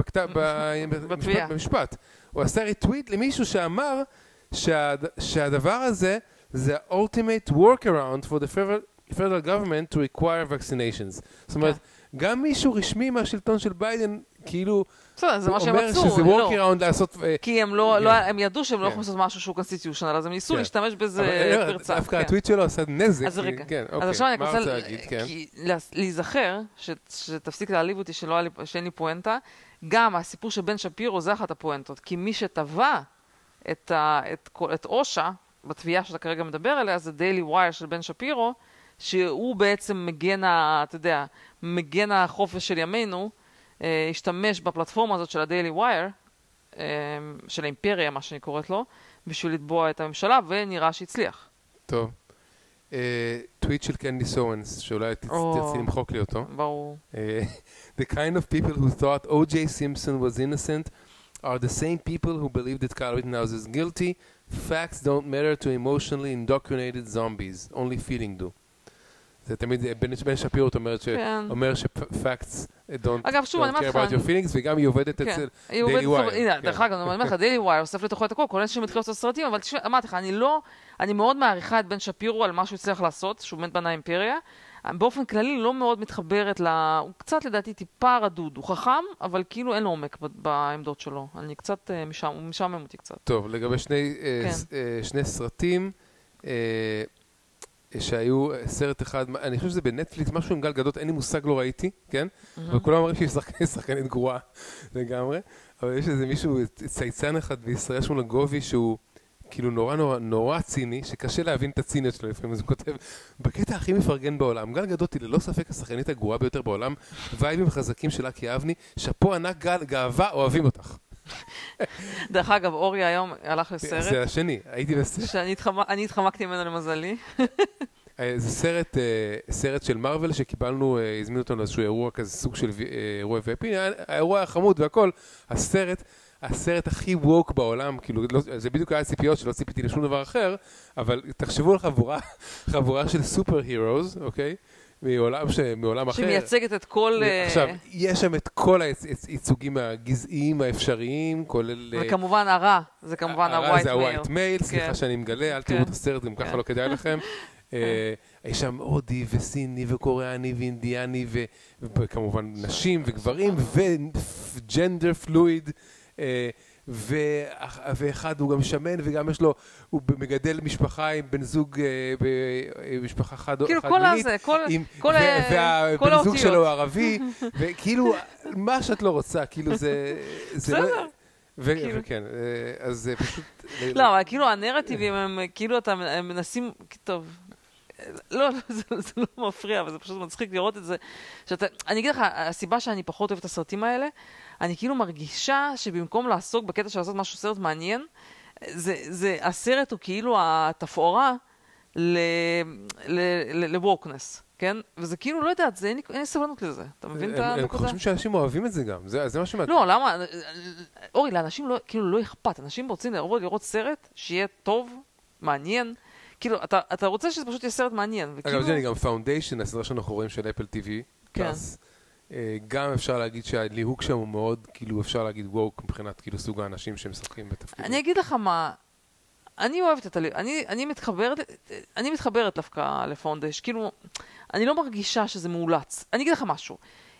במשפט. הוא עשה ריטוויט למישהו שאמר שהדבר הזה זה ה-ultimate workaround for the federal government to require vaccinations. זאת אומרת, גם מישהו רשמי מהשלטון של ביידן, כאילו, אומר שזה workaround לעשות... כי הם ידעו שהם לא יכולים לעשות משהו שהוא constitutional, אז הם ניסו להשתמש בזה פרצה. דווקא הטוויט שלו עשה נזק. אז רגע, אז עכשיו אני רוצה להיזכר, שתפסיק להעליב אותי שאין לי פואנטה, גם הסיפור של בן שפירו זה אחת הפואנטות, כי מי שטבע את אושה, בתביעה שאתה כרגע מדבר עליה, זה דיילי ווייר של בן שפירו, שהוא בעצם מגן החופש של ימינו, השתמש בפלטפורמה הזאת של הדיילי ווייר, של האימפריה, מה שאני קוראת לו, בשביל לתבוע את הממשלה, ונראה שהצליח. טוב. טוויט של קנדי סואנס, שאולי תרצי למחוק לי אותו. ברור. The kind of people who thought O.J. Simpson was innocent are the same people who believe that Kyle Rittenhouse is guilty. Facts don't matter to emotionally indoctrinated zombies. Only feeling do. זה תמיד, בן שפירו אומר ש-facts don't care about your feelings, וגם היא עובדת אצל דיילי ווייר. הנה, דרך אגב, אני אומר לך, דיילי ווייר אוסף לתוכו את הכל, כולל שהם התחילו לעשות סרטים, אבל אמרתי לך, אני מאוד מעריכה את בן שפירו על מה שהוא הצליח לעשות, שהוא באמת בנה אימפריה. באופן כללי לא מאוד מתחברת הוא קצת לדעתי טיפה רדוד, הוא חכם, אבל כאילו אין לו עומק בעמדות שלו. אני קצת, הוא משעמם אותי קצת. טוב, לגבי שני סרטים, שהיו סרט אחד, אני חושב שזה בנטפליקס, משהו עם גל גדות, אין לי מושג, לא ראיתי, כן? וכולם אומרים שהיא שחקנית גרועה לגמרי, אבל יש איזה מישהו, צייצן אחד בישראל, שהוא לגובי, שהוא כאילו נורא ציני, שקשה להבין את הציניות שלו לפעמים, אז הוא כותב, בקטע הכי מפרגן בעולם, גל גדות היא ללא ספק השחקנית הגרועה ביותר בעולם, וייבים חזקים של אקי אבני, שפה ענק גל, גאווה, אוהבים אותך. דרך אגב, אורי היום הלך לסרט. זה השני, הייתי בסרט. שאני התחמקתי ממנו למזלי. זה סרט של מרוול שקיבלנו, הזמינו אותנו לאיזשהו אירוע כזה, סוג של אירוע VIP, האירוע היה חמוד והכל, הסרט הכי ווק בעולם, כאילו, זה בדיוק היה ציפיות שלא ציפיתי לשום דבר אחר, אבל תחשבו על חבורה של סופר הירוז, אוקיי? מעולם אחר. שמייצגת את כל... עכשיו, יש שם את כל הייצוגים הגזעיים האפשריים, כולל... וכמובן הרע, זה כמובן הרע זה הווייט מייל, סליחה שאני מגלה, אל תראו את הסרט, גם ככה לא כדאי לכם. יש שם הודי וסיני וקוריאני ואינדיאני, וכמובן נשים וגברים, וג'נדר פלואיד, ואחד הוא גם שמן וגם יש לו, הוא מגדל משפחה עם בן זוג במשפחה חד מינית, והבן זוג שלו ערבי, וכאילו מה שאת לא רוצה, כאילו זה לא... וכן, אז זה פשוט... לא, אבל כאילו הנרטיבים הם כאילו הם מנסים, טוב, לא, זה לא מפריע, אבל זה פשוט מצחיק לראות את זה. אני אגיד לך, הסיבה שאני פחות אוהבת את הסרטים האלה, אני כאילו מרגישה שבמקום לעסוק בקטע של לעשות משהו סרט מעניין, הסרט הוא כאילו התפאורה לווקנס, כן? וזה כאילו, לא יודעת, אין לי סבלנות לזה. אתה מבין את הנקודה? הם חושבים שאנשים אוהבים את זה גם, זה מה שמעט. לא, למה? אורי, לאנשים כאילו לא אכפת. אנשים רוצים לראות סרט שיהיה טוב, מעניין. כאילו, אתה רוצה שזה פשוט יהיה סרט מעניין. אגב, זה גם פאונדיישן, הסדרה שאנחנו רואים של אפל טיווי. כן. גם אפשר להגיד שהליהוק שם הוא מאוד, כאילו אפשר להגיד ווק מבחינת כאילו סוג האנשים שמשחקים בתפקיד. אני אגיד לך מה, אני אוהבת את הליהוק, אני מתחברת דווקא לפאונדיישן, כאילו, אני לא מרגישה שזה מאולץ. אני אגיד לך משהו,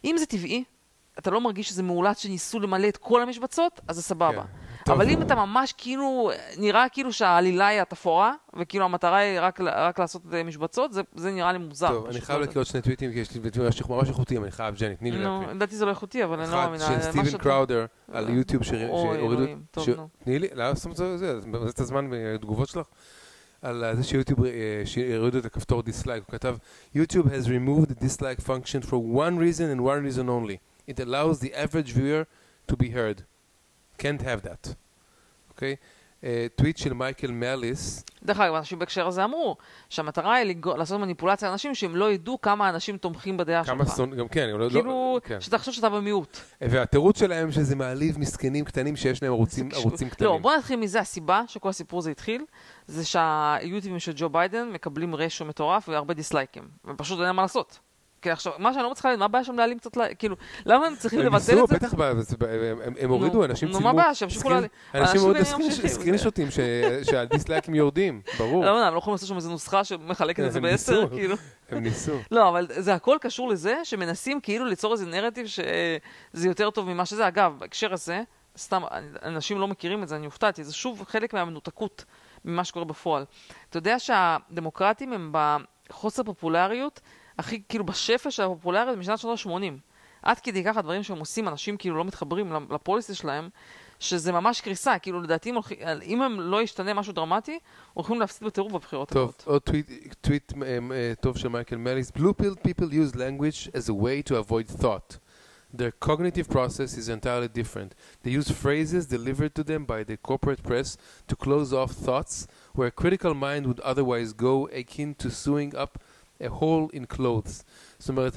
אם זה טבעי, אתה לא מרגיש שזה מעולת שניסו למלא את כל המשבצות, אז זה סבבה. אבל אם אתה ממש כאילו, נראה כאילו שהעלילה היא התפאורה, וכאילו המטרה היא רק לעשות משבצות, זה נראה לי מוזר. טוב, אני חייב להקריא עוד שני טוויטים, כי יש לי ממש איכותיים, אני חייב, ג'ני, תני לי להקריא. לדעתי זה לא איכותי, אבל אני לא מאמינה. אחד של סטיבן קראודר, על יוטיוב שהורידו... תני לי, לא, זאת אומרת, זה את הזמן בתגובות שלך. על זה שיוטיוב שהורידו את הכפתור דיסלייק, הוא כתב, YouTube has removed the dislike function for one reason and one reason only. It allows the average viewer to be heard. Can't have that. אוקיי? טוויט של מייקל מאליס. דרך אגב, אנשים בהקשר הזה אמרו שהמטרה היא לעשות מניפולציה לאנשים שהם לא ידעו כמה אנשים תומכים בדעה שלך. גם כן. כאילו, שאתה חושב שאתה במיעוט. והתירוץ שלהם שזה מעליב מסכנים קטנים שיש להם ערוצים קטנים. לא, בוא נתחיל מזה. הסיבה שכל הסיפור הזה התחיל, זה שהיוטיובים של ג'ו ביידן מקבלים רשו מטורף והרבה דיסלייקים. ופשוט אין מה לעשות. כי עכשיו, מה שאני לא מצליחה להגיד, מה הבעיה שם להעלים קצת, כאילו, למה הם צריכים לבטל את זה? בטח, הם הורידו, אנשים צילמו, מה הבעיה, שימשיכו להעלים. אנשים הורידו סקרינשוטים שהדיסלייקים יורדים, ברור. לא, הם לא יכולים לעשות שם איזו נוסחה שמחלקת את זה ב10, כאילו. הם ניסו. לא, אבל זה הכל קשור לזה שמנסים כאילו ליצור איזה נרטיב שזה יותר טוב ממה שזה. אגב, בהקשר הזה, סתם, אנשים לא מכירים את זה, אני הופתעתי, זה שוב חלק מהמנותקות ממה שקורה בפועל. אתה יודע שהדמוקרטים הם בחוסר פופולריות הכי כאילו בשפע של הפופולריות משנת שנות ה-80. עד כדי כך הדברים שהם עושים, אנשים כאילו לא מתחברים לפוליסי שלהם, שזה ממש קריסה. כאילו לדעתי, אם הם לא ישתנה משהו דרמטי, הולכים להפסיד בטירוף בבחירות. טוב, עוד טוויט טוב של מייקל מליס. Blue pill people use language as a way to avoid thought. Their cognitive process is entirely different. They use phrases delivered to them by the corporate press to close off thoughts where a critical mind would otherwise go akin to sewing up a hole in clothes. זאת אומרת,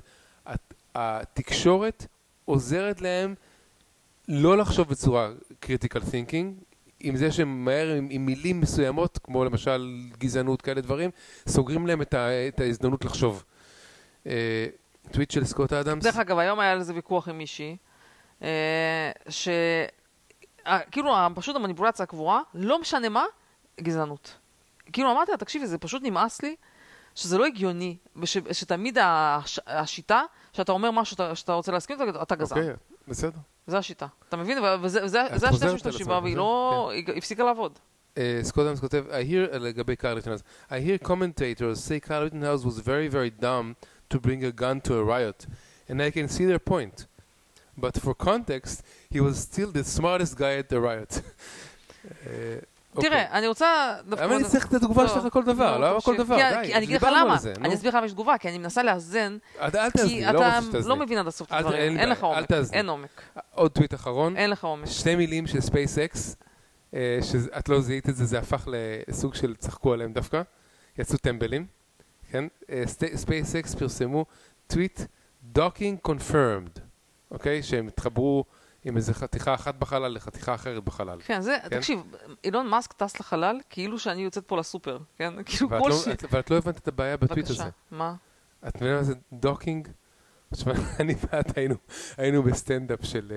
התקשורת עוזרת להם לא לחשוב בצורה critical thinking, עם זה שמהר עם מילים מסוימות, כמו למשל גזענות, כאלה דברים, סוגרים להם את ההזדמנות לחשוב. טוויט של סקוט אדמס. דרך אגב, היום היה לזה ויכוח עם מישהי, כאילו פשוט המניפולציה הקבועה, לא משנה מה, גזענות. כאילו אמרתי לה, תקשיבי, זה פשוט נמאס לי, שזה לא הגיוני, שתמיד השיטה, שאתה אומר משהו שאתה רוצה להסכים, אתה גזען. אוקיי, בסדר. זה השיטה. אתה מבין? וזה השתי שמשתמשים בה, והיא לא הפסיקה לעבוד. סקוט אדמס כותב, לגבי קייל ריטנהאוז, I hear commentators say Kyle Rittenhouse was very, very dumb to bring a gun to a riot, and I can see their point. But for context, he was still the smartest guy at the riot. תראה, אני רוצה... אבל אני צריך את התגובה שלך לכל דבר, לא כל דבר, די. אני אגיד לך למה, אני אסביר לך מה יש תגובה, כי אני מנסה לאזן, כי אתה לא מבין עד הסוף את הדברים, אין לך עומק, אין עומק. עוד טוויט אחרון, אין לך עומק. שתי מילים של SpaceX, שאת לא זיהית את זה, זה הפך לסוג של צחקו עליהם דווקא, יצאו טמבלים, כן? SpaceX פרסמו טוויט Docking Confirmed, אוקיי? שהם התחברו עם איזו חתיכה אחת בחלל לחתיכה אחרת בחלל. כן, זה, תקשיב, אילון מאסק טס לחלל כאילו שאני יוצאת פה לסופר, כן? כאילו כל ואת לא הבנת את ג'ים בטוויט הזה. מה? את מבינה מה זה דוקינג? אני ואת היינו בסטנדאפ של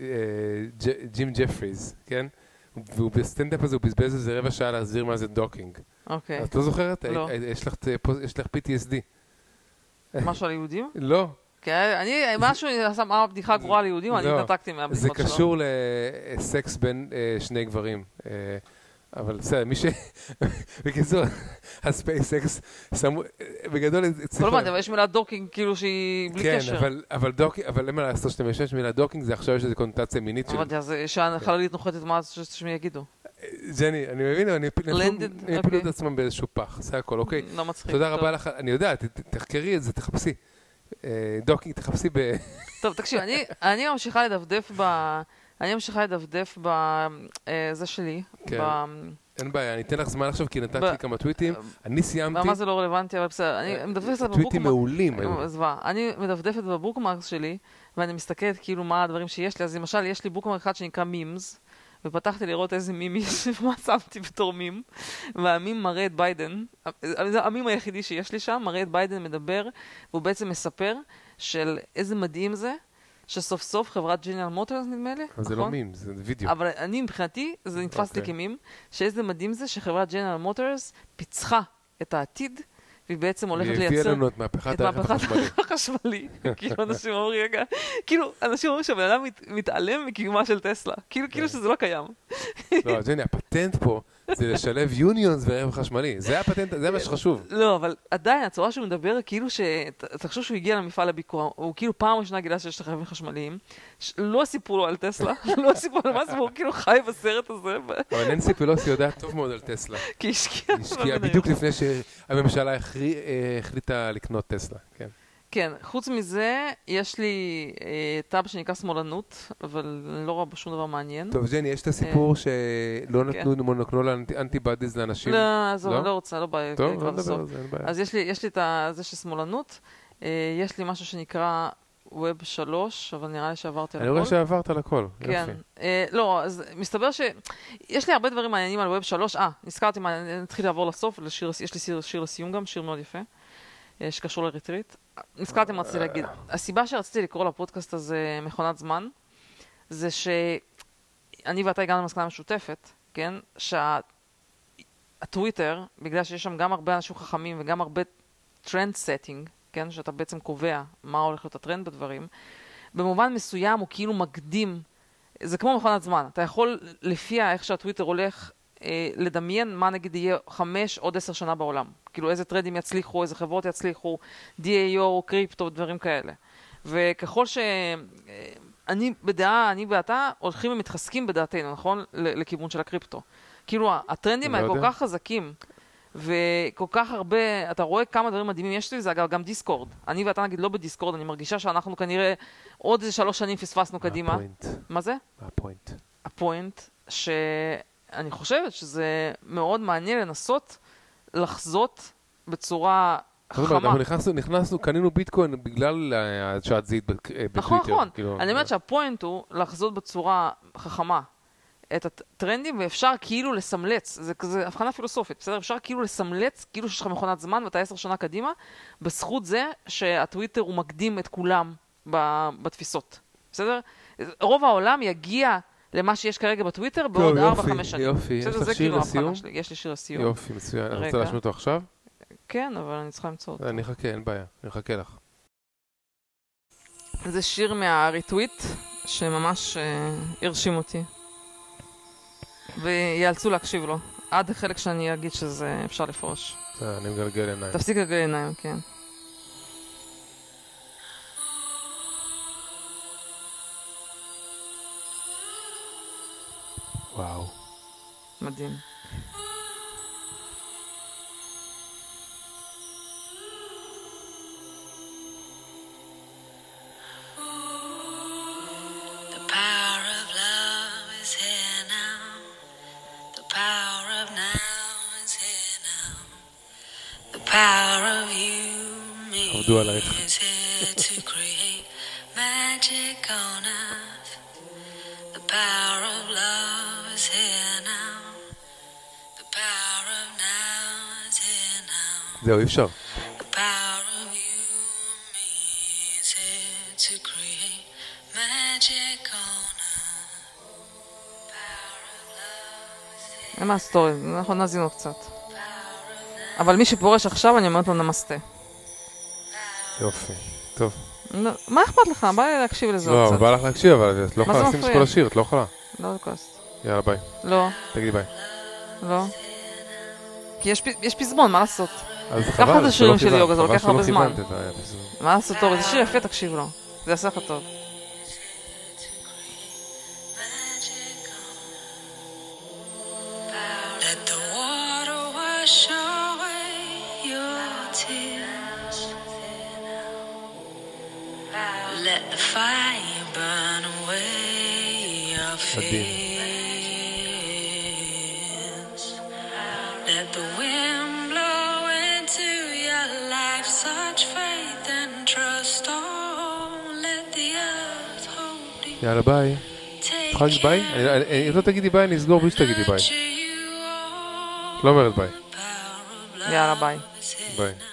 ג'ים ג'פריז, כן? והוא בסטנדאפ הזה, הוא בזבז איזה רבע שעה להסביר מה זה דוקינג. אוקיי. את לא זוכרת? לא. יש לך PTSD. משהו על יהודים? לא. אני, משהו, אמרה בדיחה גרועה ליהודים, אני התנתקתי מהבדיחות שלו. זה קשור לסקס בין שני גברים. אבל בסדר, מי ש... בקיצור, הספייסקס שמו... בגדול... כל הזמן, אבל יש מילה דוקינג כאילו שהיא בלי קשר. כן, אבל דוקינג, אבל למה לעשות שאתה משתמש מילה דוקינג, זה עכשיו יש איזו קונוטציה מינית של... אבל זה שהחללית נוחתת מה שמי יגידו. ג'ני, אני מבין, אני אפילו את עצמם באיזשהו פח, זה הכל, אוקיי? לא מצחיק. תודה רבה לך, אני יודע, תחקרי את זה, תחפשי. דוקינג, תחפשי ב... טוב, תקשיב, אני ממשיכה לדפדף בזה שלי. אין בעיה, אני אתן לך זמן עכשיו, כי נתתי כמה טוויטים. אני סיימתי. מה זה לא רלוונטי, אבל בסדר. אני מדפדפת בבוקמרקס. טוויטים מעולים. אני מדפדפת בבוקמרקס שלי, ואני מסתכלת כאילו מה הדברים שיש לי. אז למשל, יש לי בוקמרק אחד שנקרא מימס, ופתחתי לראות איזה מים יש, ומה שמתי בתור מים. והמים מראה את ביידן, זה המים היחידי שיש לי שם, מראה את ביידן מדבר, והוא בעצם מספר של איזה מדהים זה, שסוף סוף חברת ג'נרל מוטורס נדמה לי, אבל זה לא מים, זה וידאו. אבל אני מבחינתי, זה נתפס לי כמים, שאיזה מדהים זה שחברת ג'נרל מוטורס פיצחה את העתיד, והיא בעצם הולכת לייצר... היא הביאה לנו את מהפכת הרכב החשמלי. כאילו אנשים אומרים, רגע, כאילו אנשים אומרים שהבן אדם מתעלם מקיומה של טסלה. כאילו שזה לא קיים. לא, ג'ני, הפטנט פה זה לשלב יוניונס ורכב חשמלי. זה הפטנט, זה מה שחשוב. לא, אבל עדיין, הצורה שהוא מדבר, כאילו תחשוב שהוא הגיע למפעל לביקור, הוא כאילו פעם ראשונה גילה שיש רכבים חשמליים, לא סיפרו לו על טסלה, לא סיפרו לו מה סיפור, הוא כאילו חי בסרט הזה. אבל ננסי פלוסי יודע טוב מאוד על טסלה. כי השקיעה. השקיעה בדיוק לפני שהממשלה החליטה לקנות טסלה, כן. כן, חוץ מזה, יש לי טאב שנקרא שמאלנות, אבל אני לא רואה בשום דבר מעניין. טוב, ג'ני, יש את הסיפור שלא נתנו מונוקלול אנטיבדיז לאנשים? לא, אז אני לא רוצה, לא בעיה. טוב, לא נדבר על זה, אין בעיה. אז יש לי את זה של שמאלנות, יש לי משהו שנקרא ווב 3, אבל נראה לי שעברתי על הכל. אני רואה שעברת על הכל, יופי. לא, אז מסתבר שיש לי הרבה דברים מעניינים על ווב 3. נזכרתי, נתחיל לעבור לסוף, יש לי שיר לסיום גם, שיר מאוד יפה. שקשור לריטריט. נזכרתי מה רציתי להגיד. הסיבה שרציתי לקרוא לפודקאסט הזה מכונת זמן, זה שאני ואתה הגענו למסקנה משותפת, כן? שהטוויטר, בגלל שיש שם גם הרבה אנשים חכמים וגם הרבה טרנד סטינג, כן? שאתה בעצם קובע מה הולך להיות הטרנד בדברים, במובן מסוים הוא כאילו מקדים, זה כמו מכונת זמן. אתה יכול לפי איך שהטוויטר הולך לדמיין מה נגיד יהיה 5 עוד 10 שנה בעולם. כאילו איזה טרנדים יצליחו, איזה חברות יצליחו, DAO, קריפטו, דברים כאלה. וככל שאני בדעה, אני ואתה הולכים ומתחזקים בדעתנו, נכון? לכיוון של הקריפטו. כאילו הטרנדים האלה כל כך חזקים, וכל כך הרבה, אתה רואה כמה דברים מדהימים יש לי, זה אגב גם דיסקורד. אני ואתה נגיד לא בדיסקורד, אני מרגישה שאנחנו כנראה עוד איזה 3 שנים פספסנו קדימה. מה זה? הפוינט, אני חושבת שזה מאוד מעניין לנסות לחזות בצורה חכמה. אנחנו נכנסנו, קנינו ביטקוין בגלל השעת זית בטוויטר. נכון. אני אומרת שהפוינט הוא לחזות בצורה חכמה את הטרנדים, ואפשר כאילו לסמלץ, זה כזה הבחנה פילוסופית, בסדר? אפשר כאילו לסמלץ, כאילו שיש לך מכונת זמן ואתה 10 שנה קדימה, בזכות זה שהטוויטר הוא מקדים את כולם בתפיסות. בסדר? רוב העולם יגיע למה שיש כרגע בטוויטר בעוד 4-5 שנים. יופי, יש לך שיר לסיום? יש לי שיר לסיום. יופי, מצוין. אני רוצה להשמיע אותו עכשיו? כן, אבל אני צריכה למצוא אותו. אני אחכה, אין בעיה, אני אחכה לך. זה שיר מהריטוויט, שממש הרשים אותי. ויאלצו להקשיב לו. עד החלק שאני אגיד שזה אפשר לפרוש. אני מגלגל עיניים. תפסיק לגלגל עיניים, כן. וואו. מדהים. עבדו עלייך. זהו, אי אפשר. מה הסטורי? אנחנו נזינו קצת. אבל מי שפורש עכשיו אני אומרת לו נמסטה. יופי, טוב. מה אכפת לך? בא לי להקשיב לזה עוד קצת. לא, בא לך להקשיב, אבל את לא יכולה לשים את כל השיר, את לא יכולה. לא לקוסט. יאללה, ביי. לא. תגידי ביי. לא. כי יש פזמון, מה לעשות? אז ככה חבל, זה שירים של יוגה, זה לוקח הרבה שלא זמן. מה לעשות, טוב, זה שיר יפה, תקשיב לו. זה יעשה לך טוב. Let the fire burn away your fears. Let the wind blow into your life such faith and trust. Oh, let the earth hold you. יאללה ביי. צריכה להגיד ביי? אם לא תגידי ביי אני אסגור בלי שתגידי ביי. לא אומרת ביי. יאללה ביי. ביי.